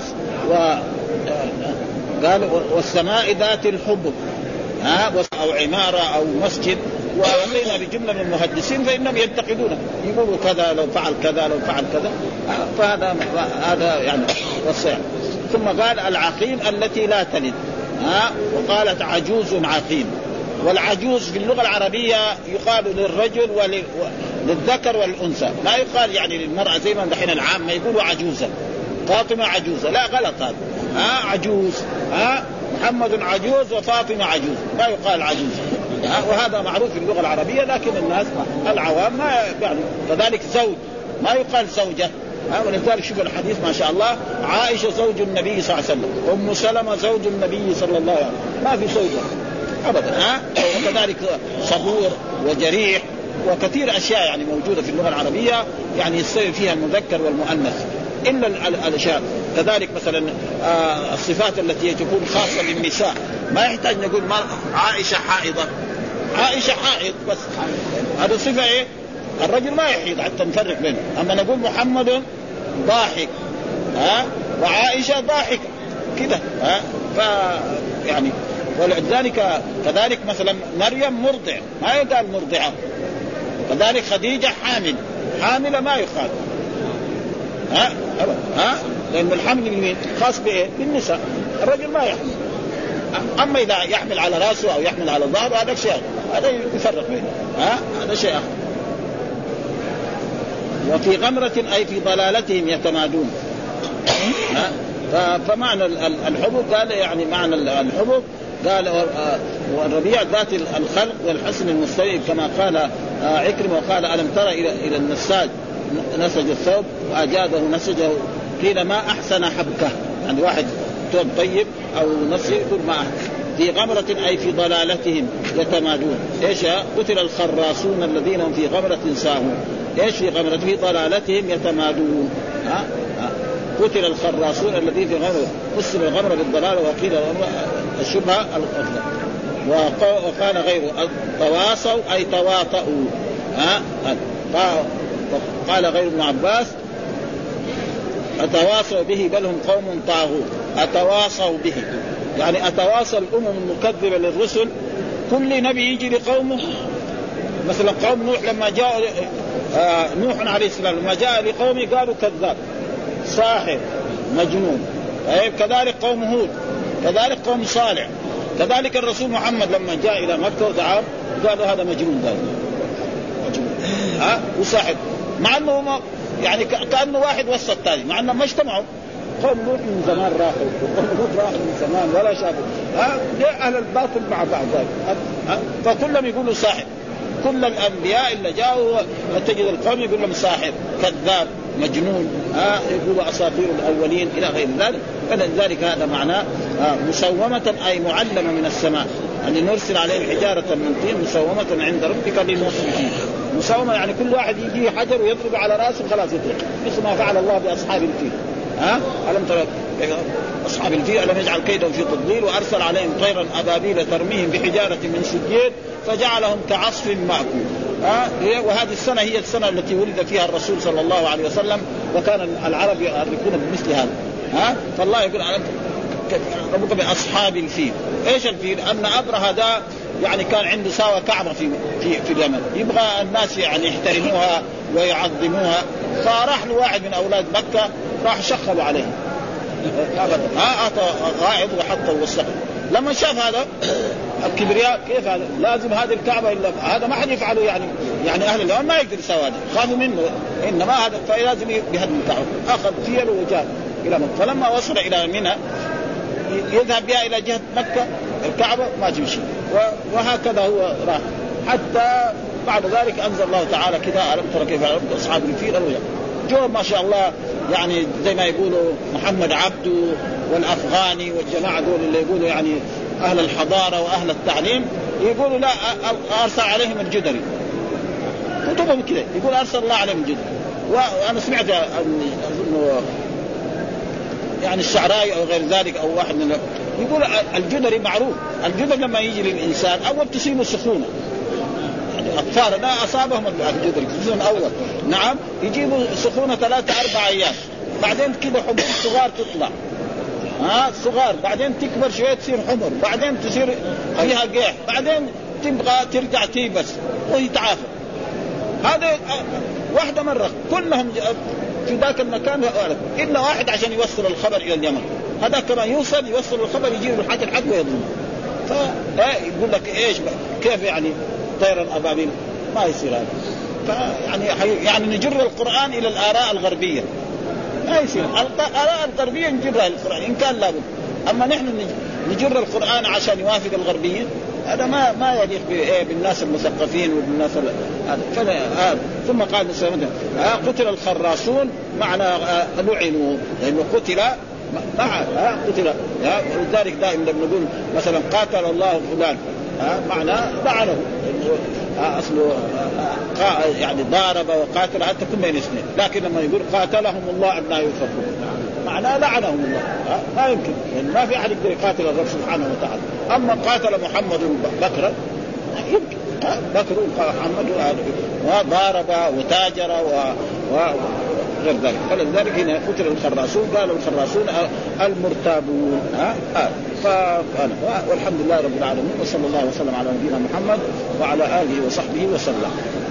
Speaker 2: قال والسماء ذات الحبب أو عمارة أو مسجد، وأتينا بجملة من المحدثين فإنهم ينتقدون يقولوا كذا لو فعل كذا لو فعل كذا، فهذا يعني والصيام. ثم قال العقيم التي لا تلد، وقالت عجوز عقيم. والعجوز في اللغة العربية يقال للرجل وللذكر والأنثى، لا يقال يعني للمرأة زي ما دحين العامة يقولوا عجوزة، فاطمة عجوزة، لا غلط هذا. عجوز، محمد عجوز وفاطمة عجوز، لا يقال عجوز. وهذا معروف في اللغة العربية، لكن الناس العوام ما يعني. كذلك زوج ما يقال زوجة، ولذلك شوف الحديث ما شاء الله، عائشة زوج النبي صلى الله عليه وسلم، أم سلمة زوج النبي صلى الله عليه وسلم، ما في زوجة أبدا. وكذلك صبور وجريح وكثير أشياء يعني موجودة في اللغة العربية يعني يستوي فيها المذكر والمؤنث إلا الأشياء. كذلك مثلا الصفات التي تكون خاصة بالنساء ما يحتاج نقول عائشة حائضة، عائشة حائض بس، هذا صفة إيه؟ الرجل ما يحيض حتى نفرق بينه. أما نقول محمد ضاحك وعائشة ضاحكة كده يعني. ولذلك كذلك مثلا مريم مرضع ما يقال مرضعة، كذلك خديجة حاملة ما يقال لأن الحمل من خاص بإيه؟ بالنساء، الرجل ما يحمل. أما إذا يحمل على رأسه أو يحمل على ظهره هذا شيء، هذا يفرق بينه، هذا شيء آخر. وفي غمرة أي في ضلالتهم يتمادون. فمعنى الحبب قال يعني معنى الحبب قال والربيع ذات الخلق والحسن المستوي، كما قال عكرمة وقال ألم ترى إلى النساج نسج الثوب وأجاده نسجه قيل ما أحسن حبكه، يعني واحد ثوب طيب أو نسج يقول ما أحسن. في غمرة أي في ضلالتهم يتمادون. إيش؟ قتل الخراصون الذين هم في غمرة ساهون. إيش في غمرة؟ في ضلالتهم يتمادون. قتل الخراصون الذين في غمرة، قسم الغمرة بالضلال وقيل الشبهة القتل. وقال غيره تواصوا أي تواطؤوا. قال غير ابن عباس أتواصوا به بل هم قوم طاغون. أتواصوا به يعني أتواصى الأمم المكذبة للرسل، كل نبي يجي لقومه. مثلا قوم نوح لما جاء نوح عليه السلام لما جاء لقومه قالوا كذاب ساحر مجنون. كذلك قوم هود، كذلك قوم صالح، كذلك الرسول محمد لما جاء إلى مكة ودعاهم قالوا هذا مجنون وساحر، مع أنه يعني كأنه واحد وسط الثاني، مع أنهم ما اجتمعوا. قوم نوح من زمان راحوا وقوم هود راحوا من زمان ولا شافوا. ليه أهل الباطل مع بعض فكلهم يقولوا ساحر. كل الأنبياء اللي جاءوا تجد القوم يقول لهم ساحر كذاب مجنون، يقولوا أساطير الأولين إلى غير ذلك. فلذلك هذا معناه مسومة أي معلمة من السماء، أن نرسل عليهم حجارة من طين مسومة عند ربك للمسرفين. مسومة يعني كل واحد يجي حجر ويضرب على رأسه خلاص يطلق، مثل ما فعل الله بأصحاب الفيل. ألم ترى أصحاب الفيل ألم يجعل كيدهم في تضليل وأرسل عليهم طيرا أبابيل ترميهم بحجارة من سجيل فجعلهم كعصف مأكول. وهذه السنة هي السنة التي ولد فيها الرسول صلى الله عليه وسلم، وكان العرب يعرفون بمثل هذا. فالله يقول ربك بأصحاب الفيل. إيش الفيل؟ أن أبرهة ده يعني كان عنده ساوى كعبة في اليمن، يبغى الناس يعني يحترموها ويعظموها، فراح له واحد من أولاد مكة راح شخب عليه أعطى غائط وحطه وسطه. لما شاف هذا الكبرياء كيف هذا لازم هذه الكعبة إلا هذا ما حد يفعله، يعني أهل اليمن ما يقدر يسوي هذا، خافوا منه، إنما هذا فلازم بهدم الكعبة. أخذ فيل وجاء إلى مكة، فلما وصل إلى منى يذهب بها إلى جهة مكة الكعبة ما تمشي، وهكذا هو راح حتى بعد ذلك أنزل الله تعالى كذا ألم ترى كيف فعل أصحاب الفيل جو ما شاء الله، يعني زي ما يقولوا محمد عبده والأفغاني والجماعة دول اللي يقولوا يعني أهل الحضارة وأهل التعليم، يقولوا لا أرسل عليهم الجدري، كتبهم كده يقول أرسل الله عليهم الجدري. وأنا سمعت أظن يعني الشعراي أو غير ذلك أو واحد من يقول الجدري معروف، الجدري لما يجي للإنسان أول تصيبه سخونة، أطفال لا أصابهم الجدري في أول نعم يجيبوا سخونة 3-4 أيام، بعدين كده حبوب صغار تطلع صغار، بعدين تكبر شوية تصير حمر، بعدين تصير فيها قيح، بعدين تبغى ترجع تيبس ويتعافى. هذا واحدة مرة كلهم في ذاك المكان إلا واحد عشان يوصل الخبر إلى اليمن، هذا كما يوصل الخبر يجيب الحاجة الحق ويضمن. فيقول لك إيش كيف يعني طير الأبابيل ما يصير هذا. يعني نجر القرآن إلى الآراء الغربية ما يصير، الآراء الغربية نجرها القرآن إن كان لابد، أما نحن نجر القرآن عشان يوافق الغربيين هذا ما يليق بالناس المثقفين وبالناس هذا. ثم قال قتل الخراصون معنى لعنوا، لأنه قتل قتل. ولذلك دائما نقول مثلا قاتل الله فلان معنى لعنه، أصله يعني ضارب وقاتل حتى كل بين اثنين، لكن لما يقول قاتلهم الله أنه يؤفكون معناه لعنهم الله، ما يمكن يعني ما في أحد يقدر يقاتل الرب سبحانه وتعالى. أما قاتل محمد بكرا يمكن بكر محمد وضارب وتاجر وغير ذلك. فلذلك هنا قتل الخراصون، قالوا الخراصون المرتابون. والحمد لله رب العالمين، وصلى الله وسلم على نبينا محمد وعلى آله وصحبه وسلم.